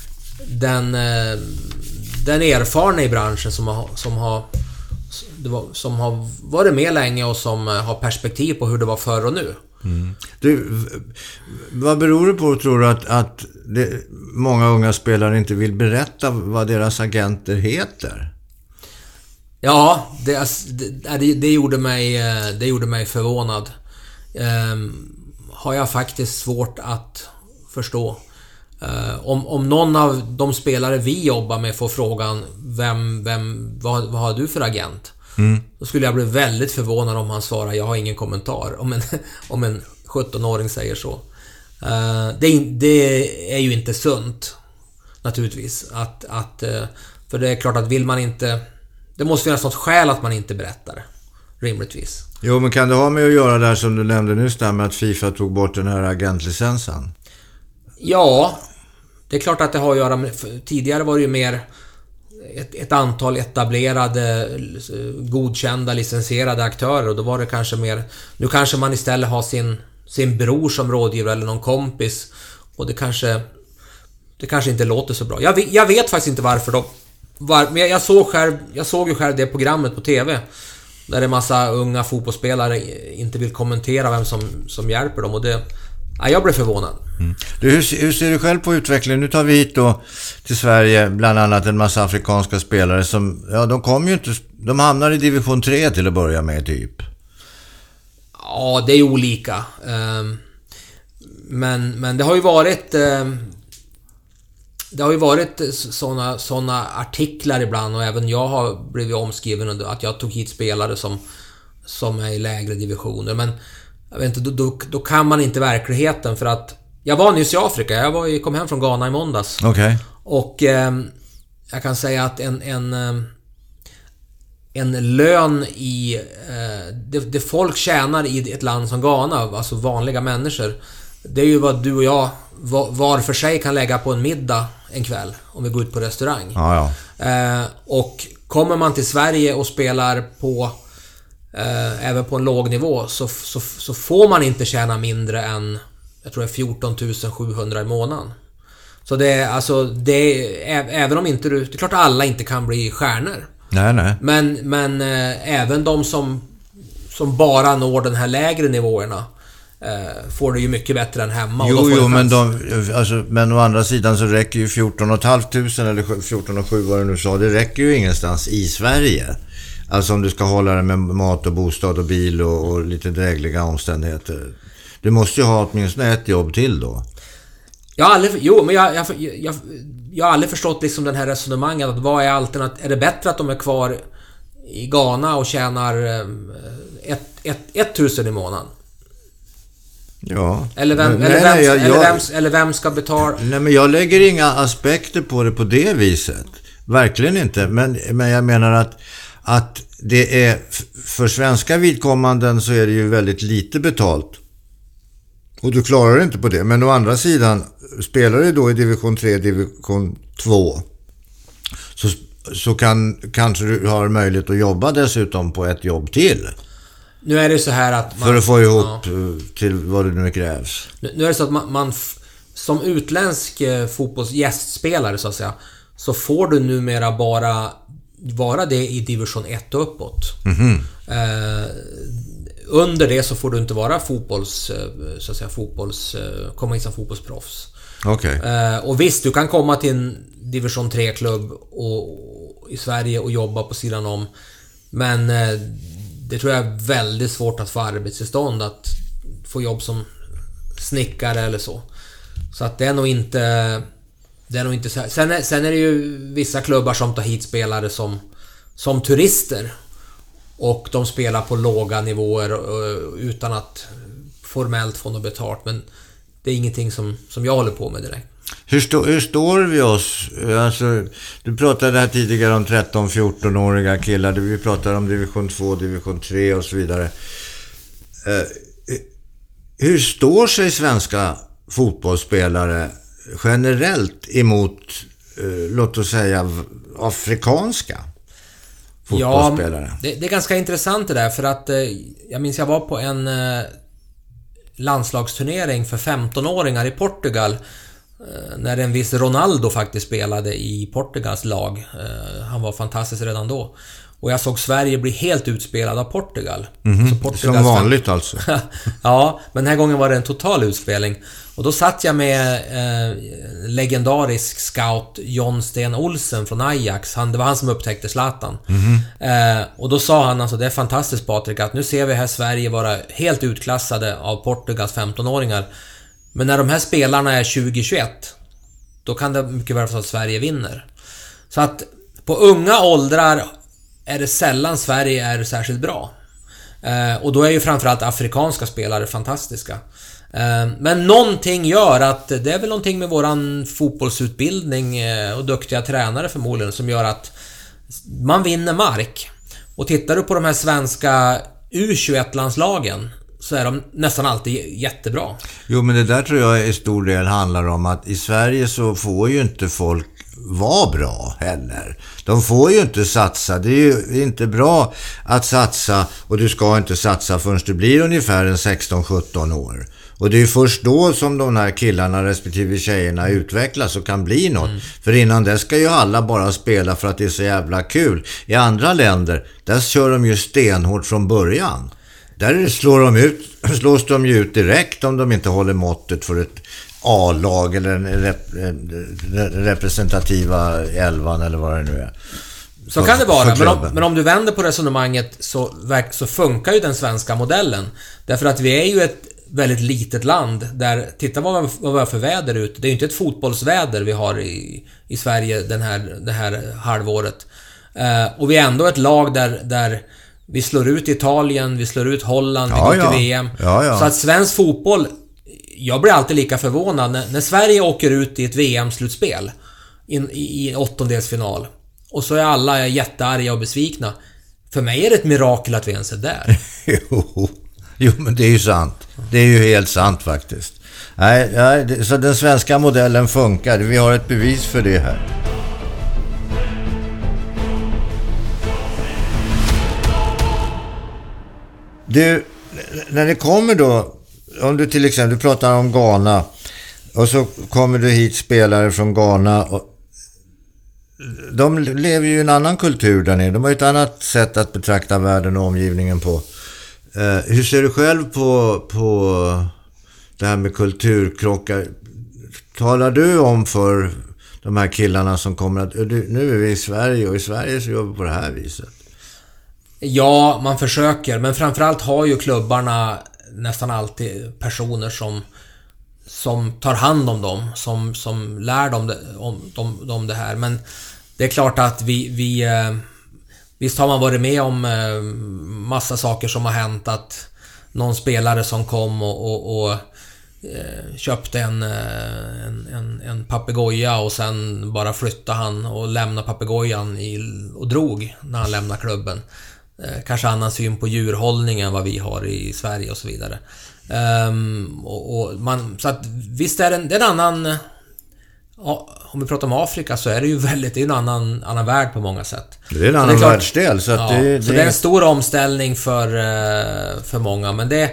den, eh, den erfarna i branschen som har, som har Det var, som har varit med länge och som har perspektiv på hur det var förr och nu. Mm. Du, vad beror det på, tror du, att, att det, många unga spelare inte vill berätta vad deras agenter heter? Ja, det, det, det, gjorde, mig, det gjorde mig förvånad. Ehm, har jag faktiskt svårt att förstå. Ehm, om, om någon av de spelare vi jobbar med får frågan vem, vem, vad, vad har du för agent? Mm. Då skulle jag bli väldigt förvånad om han svarar jag har ingen kommentar. Om en, om en sjutton-åring säger så. Uh, det, det är ju inte sunt, naturligtvis. Att, att, uh, för det är klart att vill man inte... Det måste finnas något skäl att man inte berättar. Rimligtvis. Jo, men kan det ha med att göra där som du nämnde nyss där med att FIFA tog bort den här agentlicensen? Ja, det är klart att det har att göra med... Tidigare var det ju mer... Ett, ett antal etablerade, godkända, licensierade aktörer, och då var det kanske mer, nu kanske man istället har sin, sin bror som rådgivare eller någon kompis, Och det kanske det kanske inte låter så bra. Jag vet, jag vet faktiskt inte varför då. Var, men jag såg själv jag såg ju själv det programmet på tv där det är massa unga fotbollsspelare inte vill kommentera vem som som hjälper dem, och det ja, jag blev förvånad. Mm. Du, hur, hur ser du själv på utvecklingen? Nu tar vi hit då till Sverige bland annat en massa afrikanska spelare som, ja, de kommer ju inte, de hamnar i division tre till att börja med typ. Ja, det är olika. Men, men det har ju varit det har ju varit såna, såna artiklar ibland, och även jag har blivit omskriven att jag tog hit spelare som, som är i lägre divisioner. Men jag vet inte, då, då, då kan man inte verkligheten, för att jag var nyss i Afrika, jag var, kom hem från Ghana i måndags. Okay. Och eh, jag kan säga att en, en, en lön i eh, det, det folk tjänar i ett land som Ghana, alltså vanliga människor, det är ju vad du och jag var, var för sig kan lägga på en middag en kväll om vi går ut på restaurang. Ja, ja. Eh, och kommer man till Sverige och spelar på eh, även på en låg nivå, så, så, så får man inte tjäna mindre än, jag tror det är fjorton tusen sjuhundra i månaden. Så det är alltså det är, även om inte du, det är klart att alla inte kan bli stjärnor. Nej, nej. Men men eh, även de som som bara når den här lägre nivåerna eh, får det ju mycket bättre än hemma. Jo, och då får jo, men chans. de, alltså, men å andra sidan så räcker ju fjorton tusen eller fjorton och sju vad det nu sa, det räcker ju ingenstans i Sverige. Alltså om du ska hålla det med mat och bostad och bil och, och lite drägliga omständigheter. Du måste ju ha åtminstone ett jobb till då. Jag har aldrig, jo, men jag, jag, jag, jag har aldrig förstått liksom den här resonemanget att vad är alternativ? Är det bättre att de är kvar i Ghana och tjänar ett, ett, ett tusen i månaden? Ja. Eller vem, nej, eller, vem, nej, jag, eller, jag, vem, eller vem ska betala? Nej, men jag lägger inga aspekter på det på det viset. Verkligen inte. Men, men jag menar att, att det är, för svenska vidkommanden så är det ju väldigt lite betalt. Och du klarar inte på det. Men å andra sidan, spelar du då i division tre, division två, så, så kan, kanske du har möjlighet att jobba dessutom på ett jobb till. Nu är det så här att man, för att få ihop ja. till vad det nu krävs. Nu, nu är det så att man, man som utländsk fotbollsgästspelare så att säga, så får du numera bara vara det i division ett och uppåt. Mm-hmm. Eh, under det så får du inte vara fotbolls så att säga fotbolls komma in som fotbollsproffs. Okej. Okay. Eh, och visst, du kan komma till en division tre klubb och, och i Sverige och jobba på sidan om, men eh, det tror jag är väldigt svårt att få arbetstillstånd, att få jobb som snickare eller så. Så att det är nog inte det är nog inte så här. Sen är, sen är det ju vissa klubbar som tar hit spelare som som turister, och de spelar på låga nivåer utan att formellt få något betalt, men det är ingenting som som jag håller på med direkt. Hur, stå, hur står vi oss? Alltså, du pratade här tidigare om tretton-fjorton-åriga killar. Vi pratade om division två, division tre och så vidare. Eh, hur står sig svenska fotbollsspelare generellt emot, eh, låt oss säga, afrikanska fotbollsspelare? Ja, det, det är ganska intressant det där, för att eh, jag minns jag var på en eh, landslagsturnering för femton-åringar i Portugal, när en viss Ronaldo faktiskt spelade i Portugals lag. Han var fantastisk redan då. Och jag såg Sverige bli helt utspelad av Portugal. Mm-hmm. Så Portugals som vanligt fem... alltså. Ja, men den här gången var det en total utspelning. Och då satt jag med eh, legendarisk scout John Sten Olsen från Ajax. Han, det var han som upptäckte Zlatan. Mm-hmm. Eh, och då sa han alltså, det är fantastiskt Patrik, att nu ser vi här Sverige vara helt utklassade av Portugals femton-åringar. Men när de här spelarna är tjugo tjugoett, då kan det mycket väl vara så att Sverige vinner. Så att på unga åldrar är det sällan Sverige är särskilt bra. Eh, och då är ju framförallt afrikanska spelare fantastiska. Eh, men någonting gör att det är väl någonting med våran fotbollsutbildning eh, och duktiga tränare förmodligen som gör att man vinner mark. Och tittar du på de här svenska U tjugoett-landslagen, så är de nästan alltid jättebra. Jo, men det där tror jag i stor del handlar om att i Sverige så får ju inte folk vara bra heller. De får ju inte satsa. Det är ju inte bra att satsa, och du ska inte satsa förrän du blir ungefär en sexton sjutton år. Och det är ju först då som de här killarna respektive tjejerna utvecklas och kan bli något. Mm. För innan det ska ju alla bara spela för att det är så jävla kul. I andra länder, där kör de ju stenhårt från början. Där slår de ut, slås de ju ut direkt om de inte håller måttet för ett A-lag eller en rep- representativa elvan eller vad det nu är. Så för, kan det vara, men om, men om du vänder på resonemanget så, så funkar ju den svenska modellen. Därför att vi är ju ett väldigt litet land där, titta vad, vad vi har för väder ute. Det är ju inte ett fotbollsväder vi har i, i Sverige den här, det här halvåret. Uh, och vi är ändå ett lag där, där vi slår ut Italien, vi slår ut Holland, vi ja, går till ja. V M. Ja, ja. Så att svensk fotboll, jag blir alltid lika förvånad när, när Sverige åker ut i ett V M-slutspel in, i, i åttondelsfinal. Och så är alla jättearga och besvikna. För mig är det ett mirakel att vi ens är där. jo, jo, men det är ju sant. Det är ju helt sant faktiskt. Nej, nej det, så den svenska modellen funkar. Vi har ett bevis för det här. Du, när det kommer då, om du till exempel du pratar om Ghana och så kommer du hit spelare från Ghana och de lever ju i en annan kultur där nere. De har ett annat sätt att betrakta världen och omgivningen på. Eh, hur ser du själv på, på det här med kulturkrockar? Talar du om för de här killarna som kommer att nu är vi i Sverige och i Sverige så jobbar vi på det här viset? Ja, man försöker. Men framförallt har ju klubbarna nästan alltid personer som som tar hand om dem, som, som lär dem det, om, om, om det här. Men det är klart att vi, vi visst har man varit med om massa saker som har hänt, att någon spelare som kom och, och, och köpte en, en, en, en papegoja och sen bara flyttade han och lämnade papegojan i, och drog när han lämnade klubben. Kanske annan syn på djurhållning än vad vi har i Sverige och så vidare. Um, och, och man, så att visst är det en, det är en annan, ja, om vi pratar om Afrika så är det ju väldigt, det är en annan, annan värld på många sätt. Det är en annan världsdel. Så, att ja, det, så det... det är en stor omställning för, för många, men det är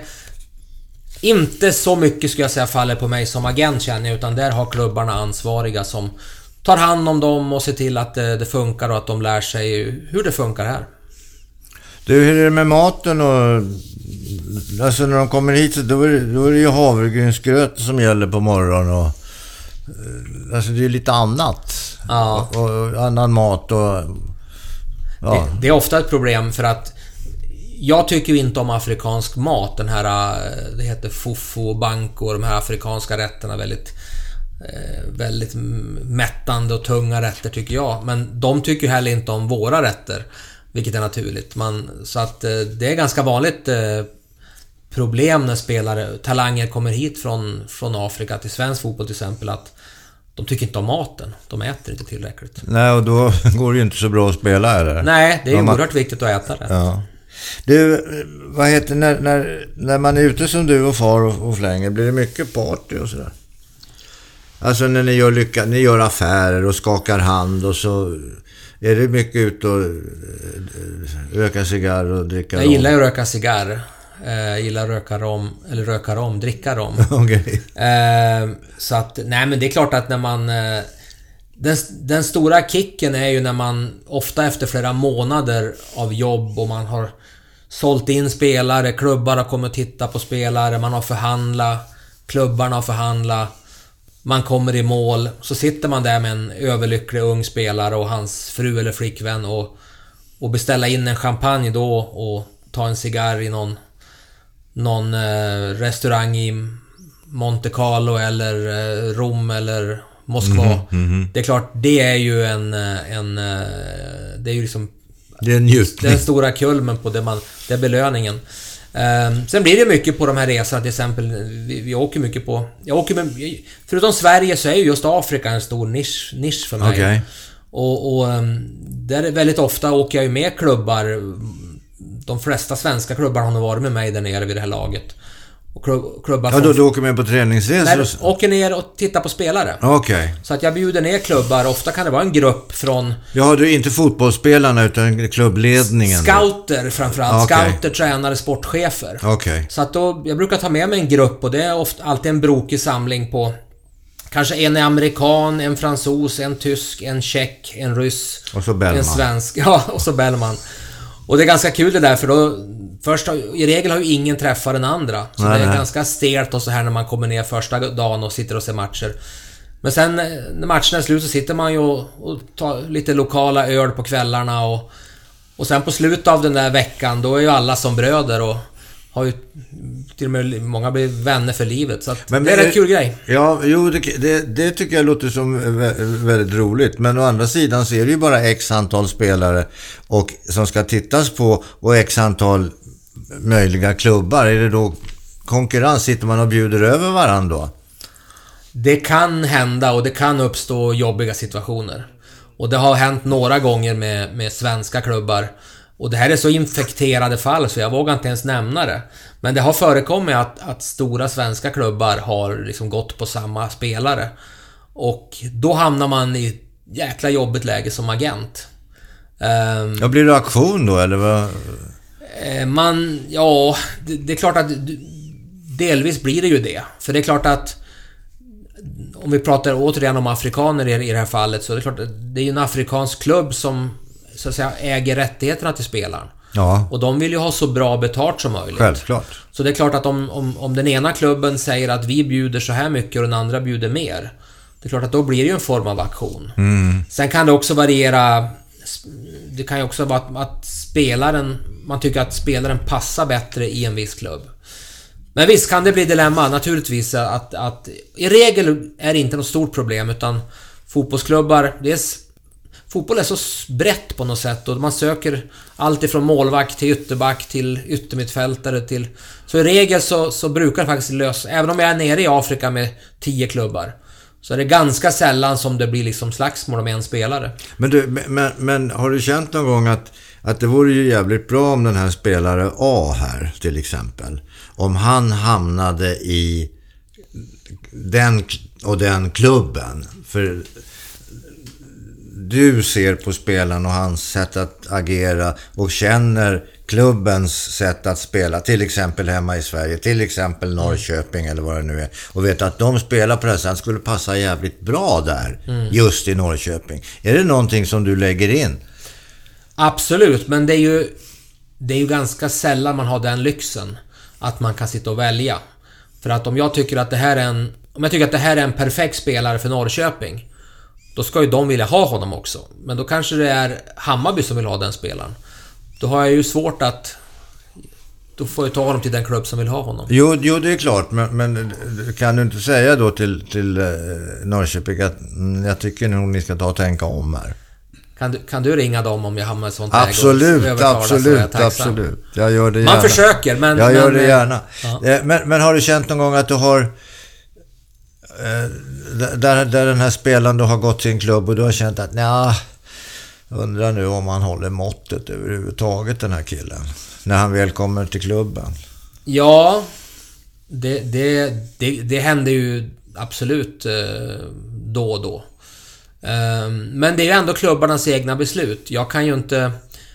inte så mycket skulle jag säga faller på mig som agent känner, utan där har klubbarna ansvariga som tar hand om dem och ser till att det, det funkar och att de lär sig hur det funkar här. Du, hur är det med maten och alltså när de kommer hit så då är det, då är det ju havregrynsgröt som gäller på morgonen och alltså det är lite annat. Ja. Och, och annan mat och ja. det, det är ofta ett problem för att jag tycker ju inte om afrikansk mat, den här, det heter fufu och banko, de här afrikanska rätterna, väldigt väldigt mättande och tunga rätter tycker jag, men de tycker heller inte om våra rätter, vilket är naturligt. Man, så att det är ganska vanligt eh, problem när spelare, talanger kommer hit från, från Afrika till svensk fotboll till exempel, att de tycker inte om maten. De äter inte tillräckligt. Nej, och då går det ju inte så bra att spela, eller? Nej, det är de oerhört viktigt att äta rätt. Ja. Du, vad heter när, när, när man är ute som du och far och, och flänger, blir det mycket party och sådär? Alltså när ni gör, lycka, ni gör affärer och skakar hand och så... Är det mycket ut och röka cigarr och dricka rom? Jag gillar ju att röka cigarr. Jag gillar att röka rom, eller röka rom, dricka rom. Okay. Så att, nej men det är klart att när man... Den, den stora kicken är ju när man ofta efter flera månader av jobb och man har sålt in spelare, klubbar har kommit och titta på spelare, man har förhandlat, klubbarna har förhandlat, man kommer i mål, så sitter man där med en överlycklig ung spelare och hans fru eller flickvän och, och beställa in en champagne då och ta en cigarr i någon, någon eh, restaurang i Monte Carlo eller eh, Rom eller Moskva. Mm, mm. Det är klart, det är ju en, en det är ju liksom det är en njutning. Den stora kulmen på det, man, det är belöningen. Um, sen blir det mycket på de här resorna, till exempel vi, vi åker mycket på jag åker med, förutom Sverige så är ju just Afrika en stor nisch, nisch för mig. Okay. Och, och um, där är väldigt ofta åker jag ju med klubbar. De flesta svenska klubbar har nog varit med mig där nere vid det här laget. och klubb, klubbar Ja, då, då åker man på träningsresor? Nej, åker ner och tittar på spelare. Okej. Okay. Så att jag bjuder ner klubbar. Ofta kan det vara en grupp från... Ja, du är inte fotbollsspelarna utan klubbledningen. Scouter framförallt. Okay. Scouter, tränare, sportchefer. Okej. Okay. Så att då, jag brukar ta med mig en grupp och det är ofta alltid en brokig samling på... Kanske en är amerikan, en fransos, en tysk, en tjeck, en ryss. Och så Bellman. En svensk. Ja, och så Bellman. Och det är ganska kul det där för då... Först, i regel har ju ingen träffat den andra. Så nej, det är nej. ganska stelt och så här när man kommer ner första dagen och sitter och ser matcher. Men sen när matcherna är slut så sitter man ju och, och tar lite lokala öl på kvällarna. Och, och sen på slutet av den där veckan då är ju alla som bröder och har ju till och med många blir vänner för livet. Så att men, det är en rätt kul grej. Ja, jo, det, det, det tycker jag låter som väldigt roligt. Men å andra sidan så är det ju bara x antal spelare och, som ska tittas på och x antal möjliga klubbar. Är det då konkurrens? Sitter man och bjuder över varandra då? Det kan hända och det kan uppstå jobbiga situationer. Och det har hänt några gånger med, med svenska klubbar. Och det här är så infekterade fall så jag vågar inte ens nämna det. Men det har förekommit att, att stora svenska klubbar har liksom gått på samma spelare. Och då hamnar man i ett jäkla jobbigt läge som agent. Um, ja, blir det aktion då eller vad? Man, ja, det, det är klart att delvis blir det ju det. För det är klart att om vi pratar återigen om afrikaner i, i det här fallet så är det klart att det är ju en afrikansk klubb som så att säga äger rättigheterna till spelaren. Ja. Och de vill ju ha så bra betalt som möjligt. Självklart. Så det är klart att om, om, om den ena klubben säger att vi bjuder så här mycket och den andra bjuder mer. Det är klart att då blir det ju en form av aktion. Mm. Sen kan det också variera. Det kan ju också vara att, att spelaren, man tycker att spelaren passar bättre i en viss klubb. Men visst kan det bli dilemma naturligtvis att, att i regel är det inte något stort problem utan fotbollsklubbar, det är, fotboll är så brett på något sätt och man söker allt ifrån målvakt till ytterback till yttermittfältare till, så i regel så, så brukar det faktiskt lösa, även om jag är nere i Afrika med tio klubbar så är det ganska sällan som det blir liksom slagsmål om en spelare. Men, du, men, men har du känt någon gång att, att det vore ju jävligt bra om den här spelare A här till exempel, om han hamnade i den och den klubben, för du ser på spelaren och hans sätt att agera och känner klubbens sätt att spela, till exempel hemma i Sverige, till exempel Norrköping mm. eller vad det nu är, och vet att de spelar på det här skulle passa jävligt bra där mm. just i Norrköping. Är det någonting som du lägger in? Absolut, men det är ju det är ju ganska sällan man har den lyxen att man kan sitta och välja. För att om jag tycker att det här är en om jag tycker att det här är en perfekt spelare för Norrköping, då ska ju de vilja ha honom också. Men då kanske det är Hammarby som vill ha den spelaren. Då har jag ju svårt att då får jag ta honom till den klubb som vill ha honom. Jo, jo det är klart, men, men kan du inte säga då till, till eh, Norrköping att mm, jag tycker nog ni ska ta och tänka om här. Kan du, kan du ringa dem om jag hamnar i ett sånt absolut, läge? absolut, absolut, absolut. Jag gör det gärna. Man försöker, men... Jag gör men, det gärna. Ja. Men, men har du känt någon gång att du har... Eh, där, där den här spelaren då har gått till en klubb och du har känt att nja, undrar nu om han håller måttet överhuvudtaget, den här killen, när han väl kommer till klubben? Ja, det, det, det, det händer ju absolut eh, då och då. Men det är ju ändå klubbarnas egna beslut. Jag kan ju inte...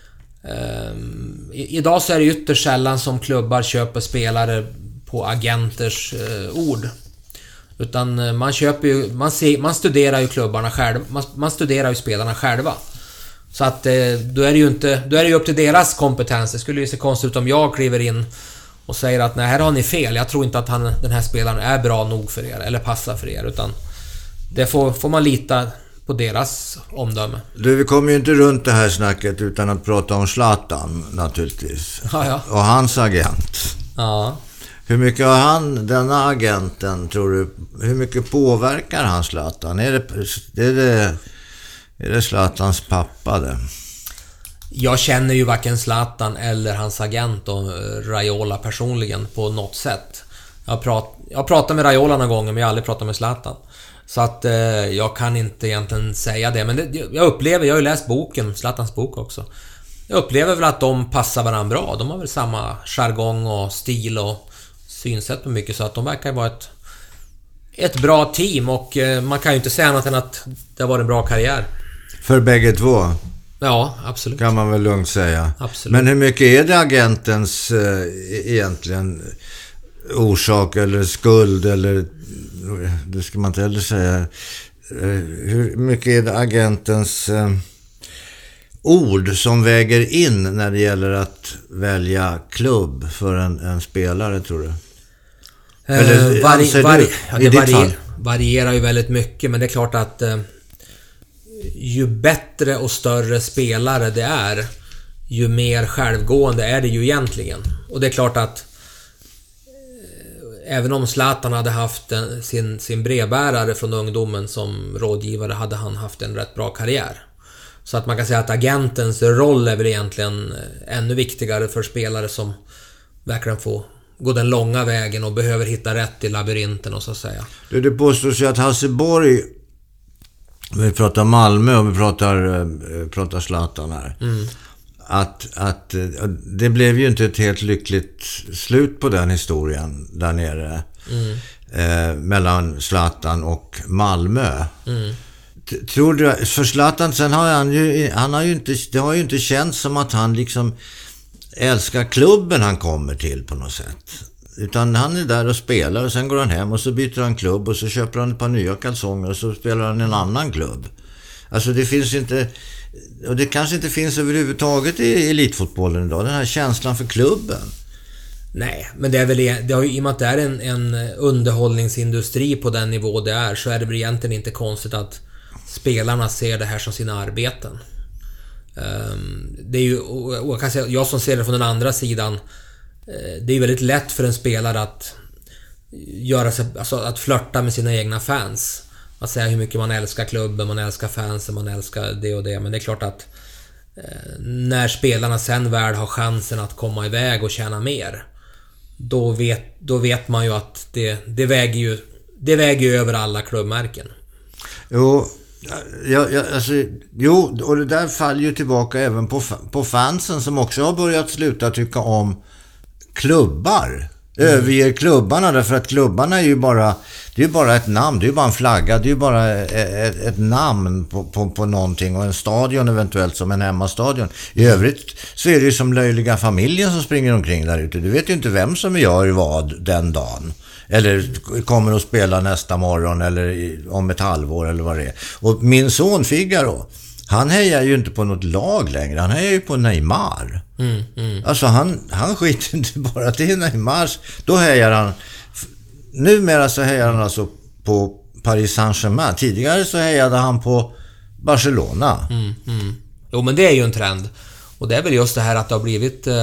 Um, idag så är det ytterst sällan som klubbar köper spelare på agenters uh, ord. Utan man köper ju... Man, ser, man studerar ju klubbarna själva. Man, man studerar ju spelarna själva. Så att uh, då är det ju inte... Då är det ju upp till deras kompetens. Det skulle ju se konstigt ut om jag kliver in och säger att nej, här har ni fel. Jag tror inte att han, den här spelaren är bra nog för er eller passar för er. Utan det får, får man lita på deras omdöme. Du, vi kommer ju inte runt det här snacket utan att prata om Zlatan naturligtvis. Ja, ja. Och hans agent. Ja. Hur mycket har han, denna agenten, tror du, hur mycket påverkar han Zlatan? Är det, är det, är det Zlatans pappa det? Jag känner ju varken Zlatan eller hans agent och Raiola personligen på något sätt. Jag har, prat, jag har pratat med Raiola några gånger, men jag har aldrig pratat med Zlatan. Så att eh, jag kan inte egentligen säga det. Men det, jag upplever, jag har ju läst boken, Zlatans bok också. Jag upplever väl att de passar varandra bra. De har väl samma jargong och stil och synsätt på mycket, så att de verkar vara ett, ett bra team, och eh, man kan ju inte säga annat än att det var en bra karriär. För bägge två? Ja, absolut. Kan man väl lugnt säga. Absolut. Men hur mycket är det agentens eh, egentligen orsak eller skuld, eller det ska man inte heller säga. Eh, hur mycket är det agentens eh, ord som väger in när det gäller att välja klubb för en, en spelare, tror du? Eller eh, vari, anser vari, du, ja, i det ditt vari, fall? varierar ju väldigt mycket, men det är klart att eh, ju bättre och större spelare det är, ju mer självgående är det ju egentligen. Och det är klart att eh, även om Zlatan hade haft en, sin, sin brevbärare från ungdomen som rådgivare, hade han haft en rätt bra karriär. Så att man kan säga att agentens roll är väl egentligen ännu viktigare för spelare som verkligen får gå den långa vägen och behöver hitta rätt i labyrinten, och så att säga. Det, det påstås ju att Hasseborg, vi pratar Malmö och vi pratar, pratar Zlatan här, mm. att, att det blev ju inte ett helt lyckligt slut på den historien där nere, mm. eh, mellan Zlatan och Malmö. Mm. Tror du, för Zlatan, sen har han ju, han har ju inte, det har ju inte känts som att han liksom älskar klubben han kommer till på något sätt. Utan han är där och spelar, och sen går han hem och så byter han klubb, och så köper han ett par nya kalsonger och så spelar han i en annan klubb. Alltså det finns inte, och det kanske inte finns överhuvudtaget i elitfotbollen idag, den här känslan för klubben. Nej, men det är väl det har ju, i och med att det är en, en underhållningsindustri på den nivå det är, så är det väl egentligen inte konstigt att spelarna ser det här som sina arbeten. Um, det är ju, och jag kan säga, jag som ser det från den andra sidan, det är väldigt lätt för en spelare att göra sig, alltså att flirta med sina egna fans, att säga hur mycket man älskar klubben, man älskar fansen, man älskar det och det. Men det är klart att eh, när spelarna sen väl har chansen att komma iväg och tjäna mer, då vet, då vet man ju att det, det väger ju det väger ju över alla klubbmärken. Jo, ja, ja, alltså, jo, och det där faller ju tillbaka även på, på fansen, som också har börjat sluta tycka om klubbar. Mm. Överger klubbarna, därför att klubbarna är ju bara, det är ju bara ett namn, det är ju bara en flagga, det är ju bara ett, ett namn på, på, på någonting, och en stadion eventuellt som en hemmastadion. I övrigt så är det ju som löjliga familjen som springer omkring där ute. Du vet ju inte vem som gör vad den dagen, eller kommer att spela nästa morgon eller om ett halvår eller vad det är. Och min son Figaro, han hejar ju inte på något lag längre, han hejar ju på Neymar. Mm, mm. Alltså han, han skiter inte bara till Neymar, då hejar han, numera så hejar han alltså på Paris Saint-Germain. Tidigare så hejade han på Barcelona. Mm, mm. Jo, men det är ju en trend, och det är väl just det här att det har blivit eh,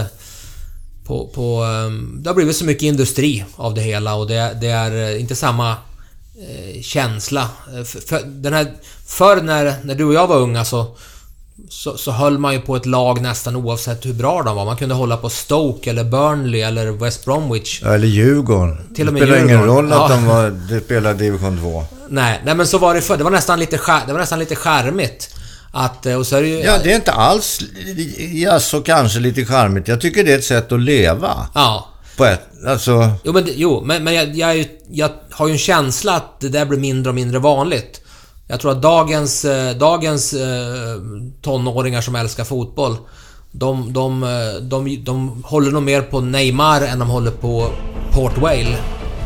på, på, eh, det har blivit så mycket industri av det hela, och det, det är inte samma eh, känsla. För, för, den här, för när, när du och jag var unga så Så, så höll man ju på ett lag nästan oavsett hur bra de var. Man kunde hålla på Stoke eller Burnley eller West Bromwich. Ja, eller Djurgården. Till och med det spelar Djurgården. Ingen roll att ja. de var, de spelade division två. Nej, nej, men så var det för. Det var nästan lite det var nästan lite charmigt att, och så är det ju, ja, det är inte alls, ja, så kanske lite charmigt. Jag tycker det är ett sätt att leva. Ja. På ett, alltså. Jo, men, jo, men, men jag, jag, jag har ju en känsla att det där blir mindre och mindre vanligt. Jag tror att dagens, dagens eh, tonåringar som älskar fotboll, de, de, de, de håller nog mer på Neymar än de håller på Port Vale.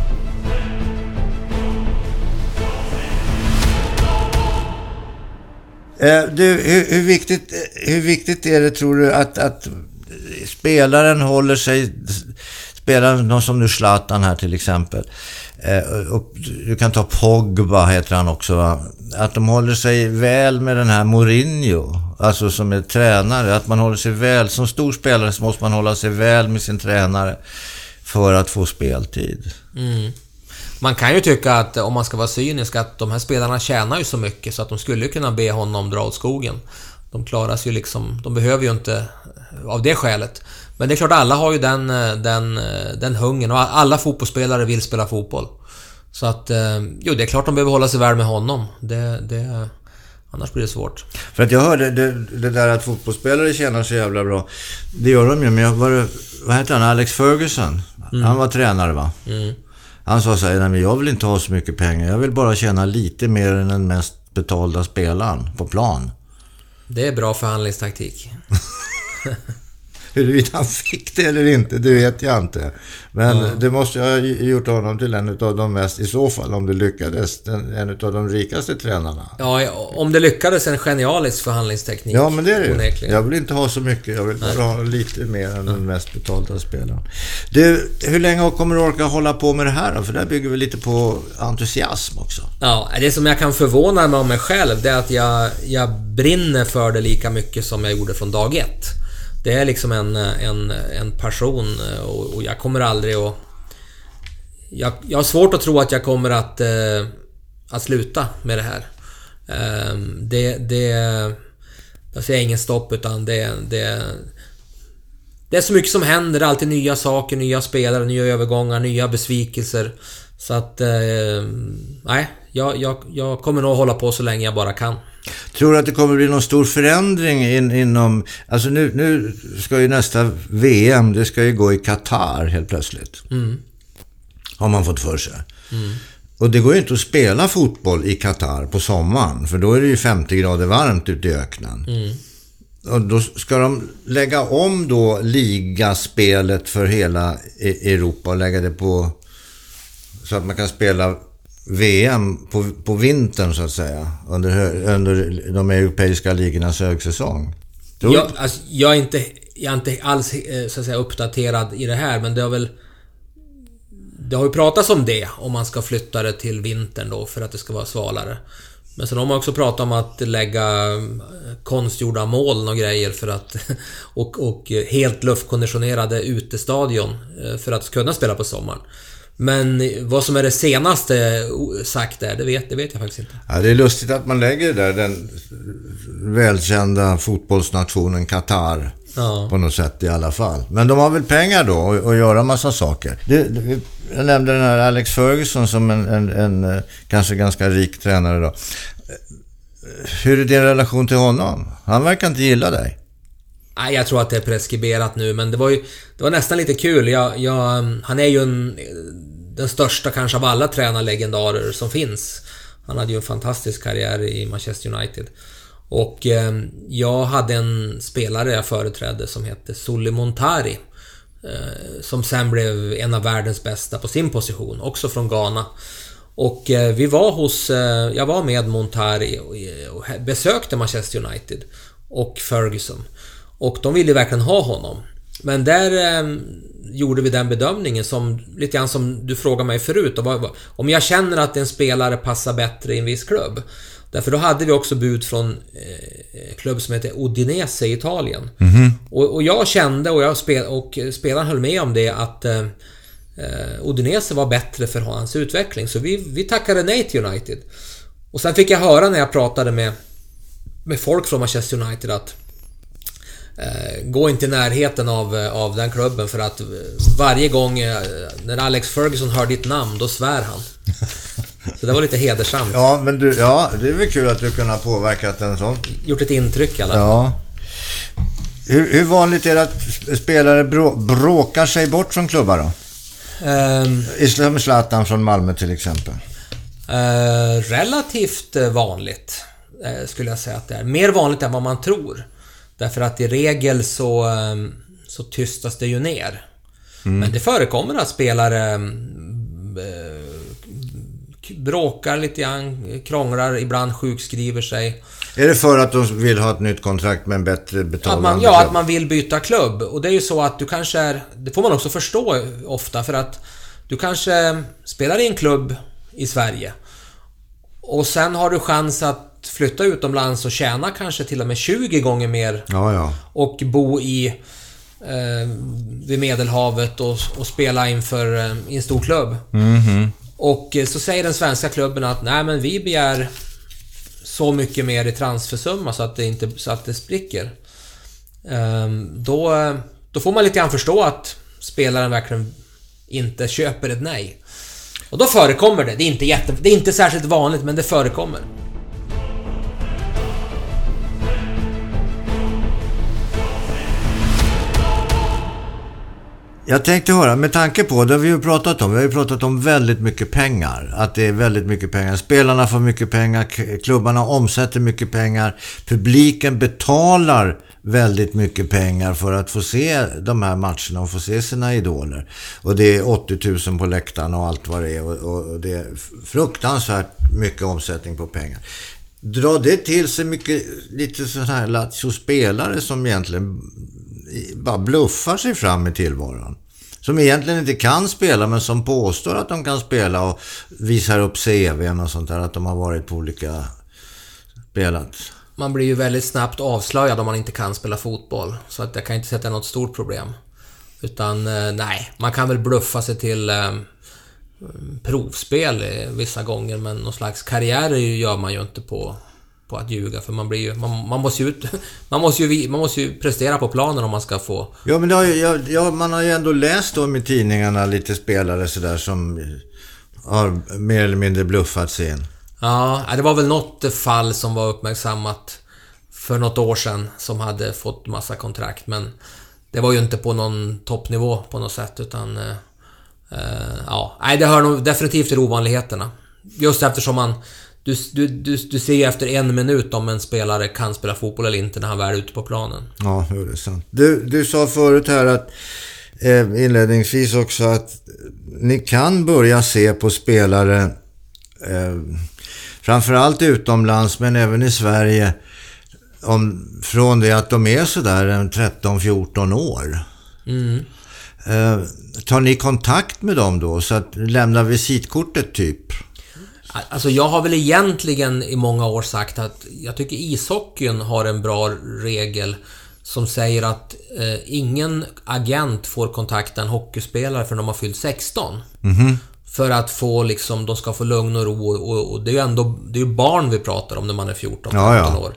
Eh, du, hur, hur, viktigt, hur viktigt är det, tror du, att, att spelaren håller sig, spelaren någon som nu Zlatan här till exempel, och du kan ta Pogba heter han också, va? Att de håller sig väl med den här Mourinho, alltså som är tränare, att man håller sig väl som stor spelare, så måste man hålla sig väl med sin tränare för att få speltid. Mm. Man kan ju tycka att, om man ska vara cynisk, att de här spelarna tjänar ju så mycket så att de skulle kunna be honom dra åt skogen. De klarar sig ju liksom, de behöver ju inte av det skälet. Men det är klart, alla har ju den, den, den hungern, och alla fotbollsspelare vill spela fotboll. Så att, jo, det är klart de behöver hålla sig väl med honom. Det, det, annars blir det svårt. För att jag hörde det, det där att fotbollsspelare tjänar så jävla bra. Det gör de ju, men jag var, vad heter han? Alex Ferguson. Mm. Han var tränare, va? Mm. Han sa så här, nej, men jag vill inte ha så mycket pengar. Jag vill bara tjäna lite mer än den mest betalda spelaren på plan. Det är bra förhandlingstaktik. Huruvida han fick det eller inte, det vet jag inte. Men ja. Det måste jag ha gjort honom till en av de mest, i så fall om det lyckades, en, en av de rikaste tränarna. Ja, om det lyckades, en genialisk förhandlingsteknik. Ja, men det är det. Jag vill inte ha så mycket, jag vill bara Nej. ha lite mer än den mest betalda spelaren. Du, hur länge kommer du orka hålla på med det här då? För där bygger vi lite på entusiasm också. Ja, det som jag kan förvåna mig om mig själv, det är att jag, jag brinner för det lika mycket som jag gjorde från dag ett. Det är liksom en, en, en passion och, och jag kommer aldrig att... Jag, jag har svårt att tro att jag kommer att, eh, att sluta med det här. Eh, det, det, jag ser ingen stopp, utan det, det, det är så mycket som händer. Det är alltid nya saker, nya spelare, nya övergångar, nya besvikelser. Så att... Eh, nej, jag, jag, jag kommer nog hålla på så länge jag bara kan. Tror du att det kommer bli någon stor förändring in, inom... Alltså nu, nu ska ju nästa V M, det ska ju gå i Qatar helt plötsligt. Mm. Har man fått för sig. Mm. Och det går ju inte att spela fotboll i Qatar på sommaren, för då är det ju femtio grader varmt ute i öknen. Mm. Och då ska de lägga om då ligaspelet för hela Europa och lägga det på... Så att man kan spela... V M på, på vintern så att säga under, under de europeiska ligornas högsäsong. Jag, alltså, jag, är inte, jag är inte alls så att säga, uppdaterad i det här, men det har väl det har ju pratats om det, om man ska flytta det till vintern då för att det ska vara svalare. Men sen har man också pratat om att lägga konstgjorda moln och grejer för att och, och helt luftkonditionerade utestadion för att kunna spela på sommaren. Men vad som är det senaste sagt där, det vet, det vet jag faktiskt inte. Ja, det är lustigt att man lägger där den välkända fotbollsnationen Qatar ja. På något sätt i alla fall. Men de har väl pengar då att, att göra massa saker. Det, det, jag nämnde den här Alex Ferguson som en, en, en kanske ganska rik tränare då. Hur är din relation till honom? Han verkar inte gilla dig. Nej, jag tror att det är preskriberat nu, men det var ju det var nästan lite kul. Jag, jag, han är ju en, den största kanske av alla tränarlegendarer som finns. Han hade ju en fantastisk karriär i Manchester United. Och eh, jag hade en spelare jag företrädde som hette Sulley Montari, eh, som sen blev en av världens bästa på sin position, också från Ghana. Och eh, vi var hos eh, jag var med Montari och, och besökte Manchester United och Ferguson. Och de ville verkligen ha honom. Men där eh, gjorde vi den bedömningen som lite grann som du frågade mig förut. Och om jag känner att en spelare passar bättre i en viss klubb. Därför då hade vi också bud från eh, klubb som heter Udinese i Italien. Mm-hmm. Och, och jag kände och, jag spel, och spelaren höll med om det att eh, Udinese var bättre för hans utveckling. Så vi, vi tackade nej till United. Och sen fick jag höra när jag pratade med, med folk från Manchester United att gå inte i närheten av, av den klubben, för att varje gång när Alex Ferguson hör ditt namn, då svär han. Så det var lite hedersamt. Ja, men du, ja, det är väl kul att du kunde ha påverkat en sån. Gjort ett intryck i alla fall. Ja. Hur, hur vanligt är det att spelare brå, bråkar sig bort från klubbar då? Um, Islam Zlatan från Malmö till exempel. Uh, relativt vanligt uh, skulle jag säga att det är. Mer vanligt än vad man tror. Därför att i regel så, så tystas det ju ner. Mm. Men det förekommer att spelare äh, bråkar lite grann, krånglar, ibland sjukskriver sig. Är det för att de vill ha ett nytt kontrakt med en bättre betalande att man, Ja, klubb? Att man vill byta klubb. Och det är ju så att du kanske är, det får man också förstå ofta, för att du kanske spelar i en klubb i Sverige. Och sen har du chans att flytta utomlands och tjäna kanske till och med tjugo gånger mer. Ja, ja. Och bo i eh, vid Medelhavet och, och spela inför eh, i en stor klubb. Mm-hmm. Och eh, så säger den svenska klubben att nej, men vi begär så mycket mer i transfersumma så att det inte så att det spricker. Eh, då då får man lite grann förstå att spelaren verkligen inte köper ett nej. Och då förekommer det. Det är inte jätte, det är inte särskilt vanligt, men det förekommer. Jag tänkte höra, med tanke på det vi har pratat om, vi har ju pratat om väldigt mycket pengar, att det är väldigt mycket pengar, spelarna får mycket pengar, klubbarna omsätter mycket pengar, publiken betalar väldigt mycket pengar för att få se de här matcherna och få se sina idoler, och det är åttio tusen på läktaren och allt vad det är, och, och det är fruktansvärt mycket omsättning på pengar. Drar det till sig mycket lite så här Lazio-spelare som egentligen bara bluffar sig fram i tillvaron, som egentligen inte kan spela men som påstår att de kan spela och visar upp C V:n och sånt där, att de har varit på olika spelat. Man blir ju väldigt snabbt avslöjad om man inte kan spela fotboll, så att jag kan inte sätta något stort problem. Utan nej, man kan väl bluffa sig till eh, provspel vissa gånger, men någon slags karriär gör man ju inte på på att ljuga, för man blir ju man, man måste ju ut, man måste ju man måste ju prestera på planen om man ska få. Ja, men det har ju, ja, ja, man har ju ändå läst om i tidningarna lite spelare så där som har mer eller mindre bluffat sig in. Ja, det var väl något fall som var uppmärksammat för något år sedan som hade fått massa kontrakt, men det var ju inte på någon toppnivå på något sätt, utan eh, ja, nej, det hör nog definitivt till ovanligheterna. Just eftersom man Du, du, du, du ser efter en minut om en spelare kan spela fotboll eller inte när han är ute på planen. Ja, det är sant. Du, du sa förut här att eh, inledningsvis också att ni kan börja se på spelare eh, framförallt utomlands men även i Sverige om, från det att de är sådär en tretton fjorton år. Mm. Eh, tar ni kontakt med dem då så att lämna visitkortet typ? Alltså jag har väl egentligen i många år sagt att jag tycker ishockeyn har en bra regel som säger att eh, ingen agent får kontakta en hockeyspelare för de har fyllt sexton. Mm-hmm. För att få liksom, de ska få lugn och ro, och, och det är ju ändå det är ju barn vi pratar om när man är fjorton femton ja, ja. år.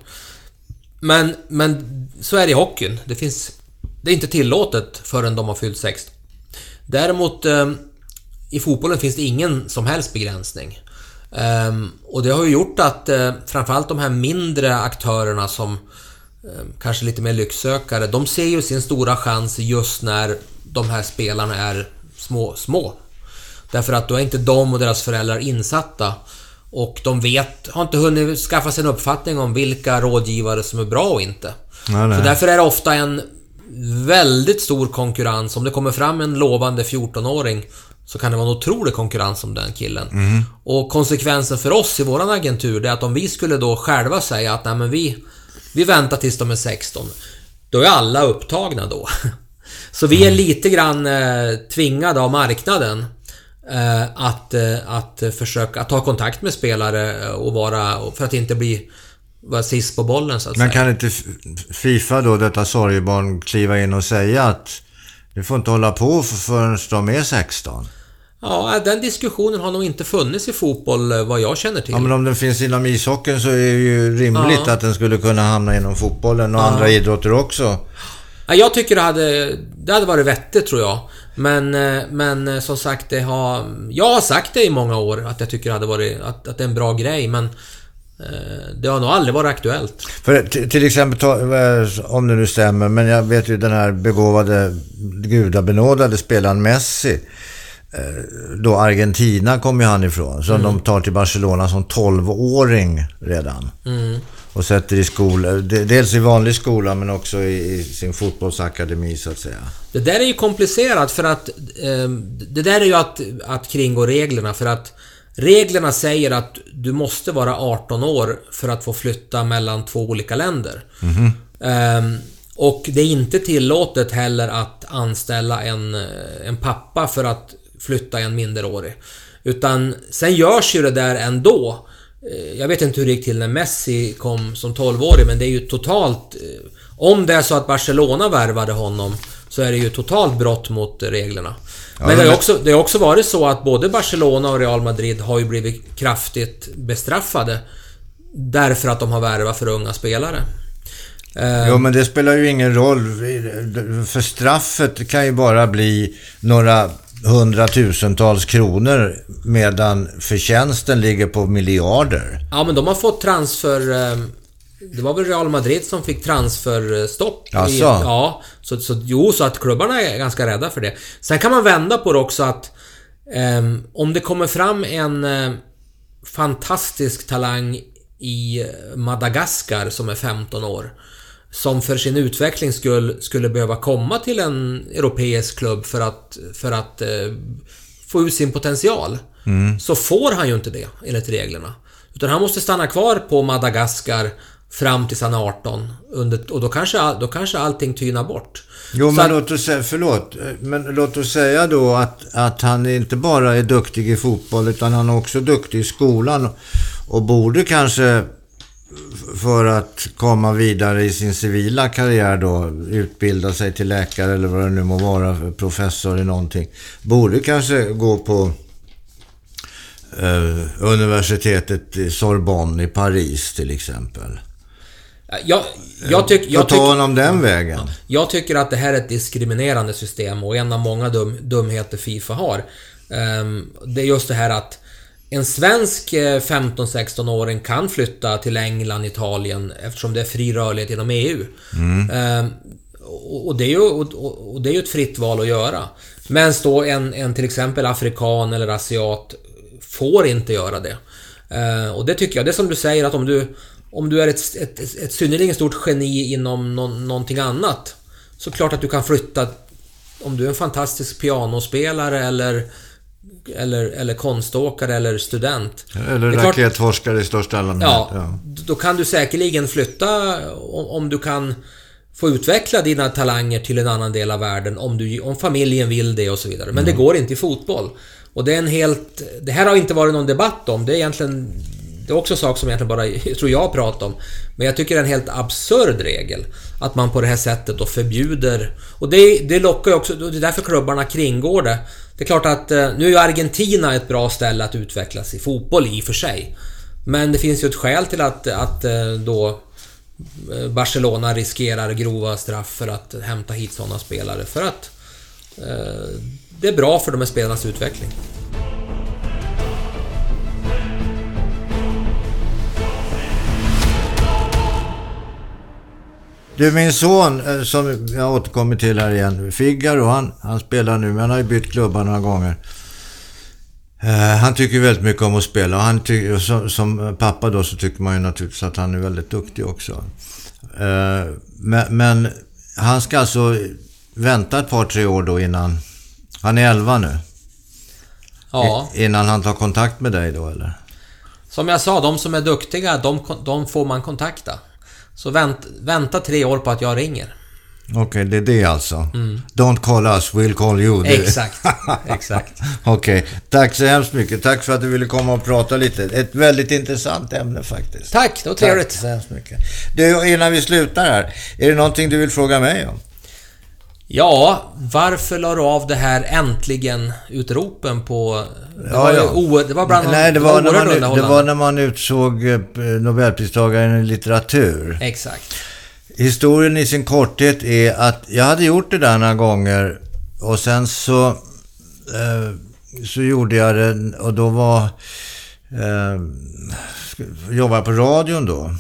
Men, men så är det i hockeyn. Det finns, det är inte tillåtet förrän de har fyllt sexton. Däremot eh, i fotbollen finns det ingen som helst begränsning. Um, och det har ju gjort att uh, framförallt de här mindre aktörerna som um, kanske lite mer lycksökare, de ser ju sin stora chans just när de här spelarna är små, små. Därför att då är inte de och deras föräldrar insatta, och de vet, har inte hunnit skaffa sig en uppfattning om vilka rådgivare som är bra och inte. Nej, nej. Så därför är det ofta en väldigt stor konkurrens. Om det kommer fram en lovande fjorton-åring så kan det vara en otrolig konkurrens om den killen. Mm. Och konsekvensen för oss i våran agentur, det är att om vi skulle då själva säga att nej, men vi, vi väntar tills de är sexton, då är alla upptagna då. Så vi är lite grann eh, tvingade av marknaden eh, att, eh, att försöka att ta kontakt med spelare och vara, för att inte bli vara sist på bollen så att Men säga. kan inte FIFA då, detta sorgebarn, kliva in och säga att du får inte hålla på förrän de är sexton? Ja, den diskussionen har nog inte funnits i fotboll vad jag känner till. Ja, men om den finns inom ishockeyn så är det ju rimligt ja. att den skulle kunna hamna inom fotbollen och ja. andra idrotter också. Ja, jag tycker det hade, det hade varit vettigt, tror jag. Men, men som sagt, det har, jag har sagt det i många år att jag tycker det hade varit, att, att det är en bra grej, men det har nog aldrig varit aktuellt. För t- till exempel, ta, om det nu stämmer, men jag vet ju den här begåvade, gudabenådade spelaren Messi, då Argentina kom ju han ifrån, som mm. de tar till Barcelona som tolv-åring redan. Mm. Och sätter i skola, dels i vanlig skola men också i, i sin fotbollsakademi så att säga. Det där är ju komplicerat, för att eh, det där är ju att, att kringgå reglerna, för att reglerna säger att du måste vara arton år för att få flytta mellan två olika länder. Mm-hmm. Um, och det är inte tillåtet heller att anställa en, en pappa för att flytta en minderårig. Utan sen görs ju det där ändå. Jag vet inte hur det gick till när Messi kom som tolv-årig, men det är ju totalt... Om det är så att Barcelona värvade honom så är det ju totalt brott mot reglerna. Men ja, det har också, det har också varit så att både Barcelona och Real Madrid har ju blivit kraftigt bestraffade därför att de har värvat för unga spelare. Jo, men det spelar ju ingen roll, för straffet kan ju bara bli några hundratusentals kronor medan förtjänsten ligger på miljarder. Ja, men de har fått transfer det var väl Real Madrid som fick transferstopp. Alltså. I, ja, så, så, jo, så att klubbarna är ganska rädda för det. Sen kan man vända på det också att eh, om det kommer fram en eh, fantastisk talang i Madagaskar som är femton år, som för sin utveckling skulle, skulle behöva komma till en europeisk klubb för att, för att eh, få ut sin potential, mm. så får han ju inte det enligt reglerna. Utan han måste stanna kvar på Madagaskar fram tills han är arton. Under, och då kanske, då kanske allting tynar bort. Jo, så men att, låt oss säga, förlåt, men låt oss säga då att, att han inte bara är duktig i fotboll utan han är också duktig i skolan och, och borde kanske för att komma vidare i sin civila karriär då utbilda sig till läkare eller vad det nu må vara, professor i någonting, borde kanske gå på eh, universitetet i Sorbonne i Paris till exempel. Jag, jag, tyck, jag, ta honom den vägen. Jag tycker att det här är ett diskriminerande system och en av många dum, dumheter FIFA har. Um, det är just det här att en svensk femton-sexton-åring kan flytta till England, Italien eftersom det är fri rörlighet inom E U. Mm. Um, och, och, det är ju, och, och det är ju ett fritt val att göra. Men då en, en till exempel afrikan eller asiat får inte göra det. Uh, och det tycker jag, det är som du säger att om du Om du är ett, ett, ett synnerligen stort geni inom no, någonting annat, så klart att du kan flytta. Om du är en fantastisk pianospelare eller, eller, eller konståkare eller student. Eller raketforskare i största allmänhet. Ja, ja, då kan du säkerligen flytta om, om du kan få utveckla dina talanger till en annan del av världen. Om, du, om familjen vill det och så vidare. Men mm. det går inte i fotboll. Och det är en helt... Det här har inte varit någon debatt om. Det är egentligen... Det är också en sak som egentligen bara, jag tror jag pratar om. Men jag tycker det är en helt absurd regel att man på det här sättet då förbjuder. Och det, det lockar ju också, det är därför klubbarna kringgår det. Det är klart att nu är ju Argentina ett bra ställe att utvecklas i fotboll i för sig. Men det finns ju ett skäl till att, att då Barcelona riskerar grova straff för att hämta hit sådana spelare. För att eh, det är bra för de här spelarnas utveckling. Du, min son som jag återkommer till här igen, Figaro, han, han spelar nu, men han har ju bytt klubbar några gånger. Uh, han tycker väldigt mycket om att spela och han ty- som, som pappa då så tycker man ju naturligtvis att han är väldigt duktig också. Uh, men, men han ska alltså vänta ett par, tre år då innan, han är elva nu. Ja. I, innan han tar kontakt med dig då, eller? Som jag sa, de som är duktiga, de, de får man kontakta. Så vänt, vänta tre år på att jag ringer. Okej, okay, det är det alltså. Mm. Don't call us, we'll call you. Exakt, exakt. Okej, okay. Tack så hemskt mycket. Tack för att du ville komma och prata lite. Ett väldigt intressant ämne faktiskt. Tack, det var trevligt. Tack så hemskt mycket. Du, innan vi slutar här, är det någonting du vill fråga mig om? Ja, varför la du av det här äntligen utropen på... Det ja, var ja. O, det var bland Nej, det var, när man, det var när man utsåg Nobelpristagaren i litteratur. Exakt. Historien i sin korthet är att jag hade gjort det där några gånger och sen så eh, så gjorde jag det och då var eh, jobbade jag på radion då.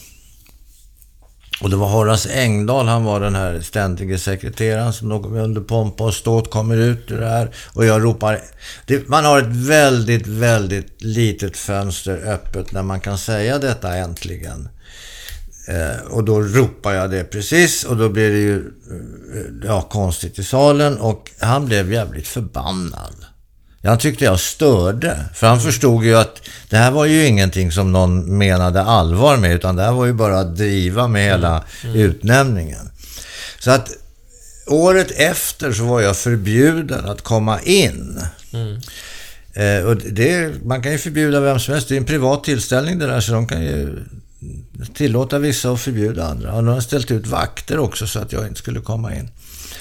Och det var Horace Engdahl, han var den här ständige sekreteraren som under pompa och ståt kommer ut ur det här. Och jag ropar, det, man har ett väldigt, väldigt litet fönster öppet när man kan säga detta äntligen. Eh, och då ropar jag det precis och då blir det ju ja, konstigt i salen och han blev jävligt förbannad. Jag tyckte jag störde. För han förstod ju att det här var ju ingenting som någon menade allvar med. Utan det här var ju bara att driva med hela mm. utnämningen. Så att året efter så var jag förbjuden att komma in. Mm. Eh, och det, man kan ju förbjuda vem som helst. Det är en privat tillställning det där. Så de kan ju tillåta vissa och förbjuda andra. Och de har ställt ut vakter också så att jag inte skulle komma in.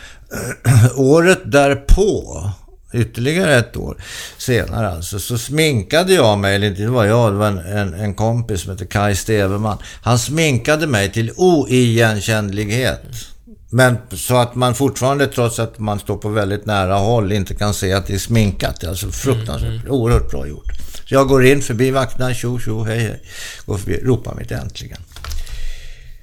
Året därpå... Ytterligare ett år senare alltså, så sminkade jag mig, eller inte det var jag, det var en, en, en kompis som heter Kai Steverman. Han sminkade mig till oigenkännlighet. Men så att man fortfarande, trots att man står på väldigt nära håll, inte kan se att det är sminkat. Det är alltså fruktansvärt, mm, mm. oerhört bra gjort. Så jag går in förbi vakterna, tjo, tjo, hej, hej. Går förbi, ropar mitt äntligen.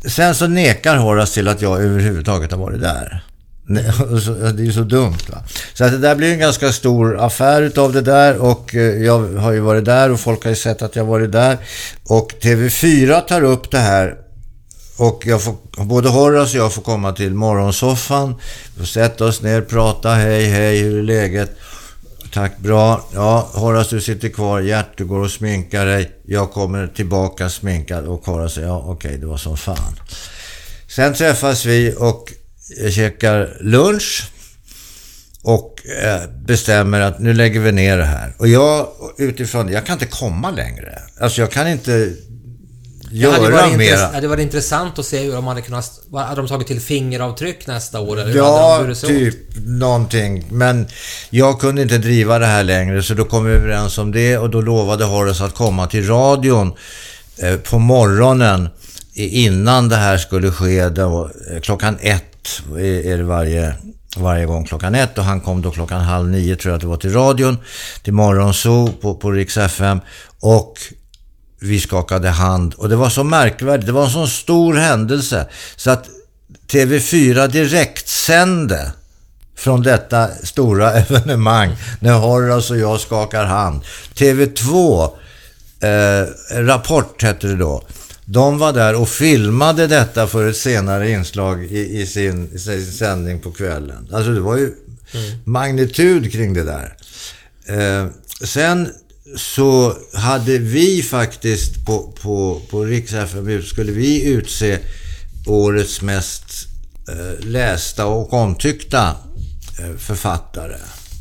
sen så nekar Horace till att jag överhuvudtaget har varit där. Det är ju så dumt, va? Så att det där blir en ganska stor affär utav det där, och jag har ju varit där och folk har ju sett att jag har varit där, och T V fyra tar upp det här, och jag får, både Horace och jag får komma till morgonsoffan och sätta oss ner, prata, hej hej, hur är läget? Tack, bra. Ja, Horace, du sitter kvar, Gert, du går och sminkar dig, jag kommer tillbaka sminkad, och Horace säger, ja okej, okay, det var som fan. Sen träffas vi och jag käkar lunch och bestämmer att nu lägger vi ner det här. Och jag utifrån, jag kan inte komma längre. Alltså jag kan inte göra det mera. Det var intressant att se hur de hade kunnat, hade de tagit till fingeravtryck nästa år? Eller ja, hade de typ någonting. Men jag kunde inte driva det här längre, så då kom vi överens om det, och då lovade Horace att komma till radion eh, på morgonen innan det här skulle ske. Då, klockan ett är det varje, varje gång klockan ett, och han kom då klockan halv nio, tror jag att det var, till radion, till Morgonzoo på, på Rix F M, och vi skakade hand, och det var så märkvärdigt, det var en sån stor händelse, så att T V fyra direkt sände från detta stora evenemang när Horace och jag skakar hand. T V två eh, Rapport hette det då. De var där och filmade detta för ett senare inslag i, i, sin, i sin sändning på kvällen. Alltså det var ju mm. magnitud kring det där. Eh, sen så hade vi faktiskt på, på, på Rix F M skulle vi utse årets mest eh, lästa och omtyckta eh, författare.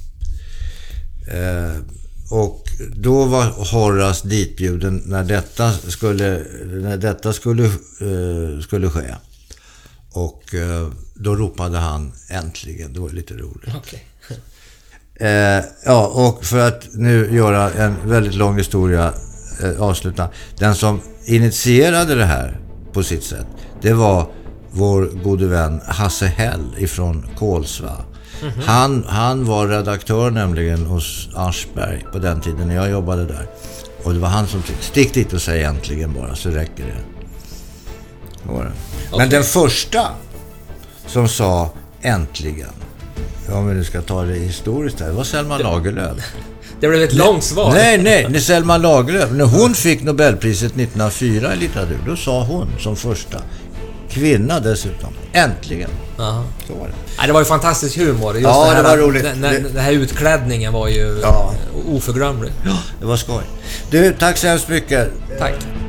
Eh, och då var Horace ditbjuden när detta skulle, när detta skulle, eh, skulle ske. Och eh, då ropade han äntligen, det var lite roligt. Okay. Eh, ja, och för att nu göra en väldigt lång historia eh, avsluta. Den som initierade det här på sitt sätt, det var vår gode vän Hasse Hell ifrån Kolsva. Mm-hmm. Han, han var redaktör nämligen hos Aschberg på den tiden när jag jobbade där. Och det var han som tyckte, stick dit och säg äntligen bara, så räcker det. det, var det. Okay. Men den första som sa äntligen, om vi nu ska ta det historiskt här, det var Selma Lagerlöf. Det blev ett långt svar. Nej, nej, när Selma Lagerlöf, när hon fick Nobelpriset nittonhundrafyra i litteratur, då sa hon som första kvinna dessutom, äntligen. Aha. Så var det. Nej, det var ju fantastisk humor. Just ja, det, här, det var roligt. Den, den, den här utklädningen var ju ja. oförglömlig. Ja, det var skoj. Du, tack så hemskt mycket. Tack.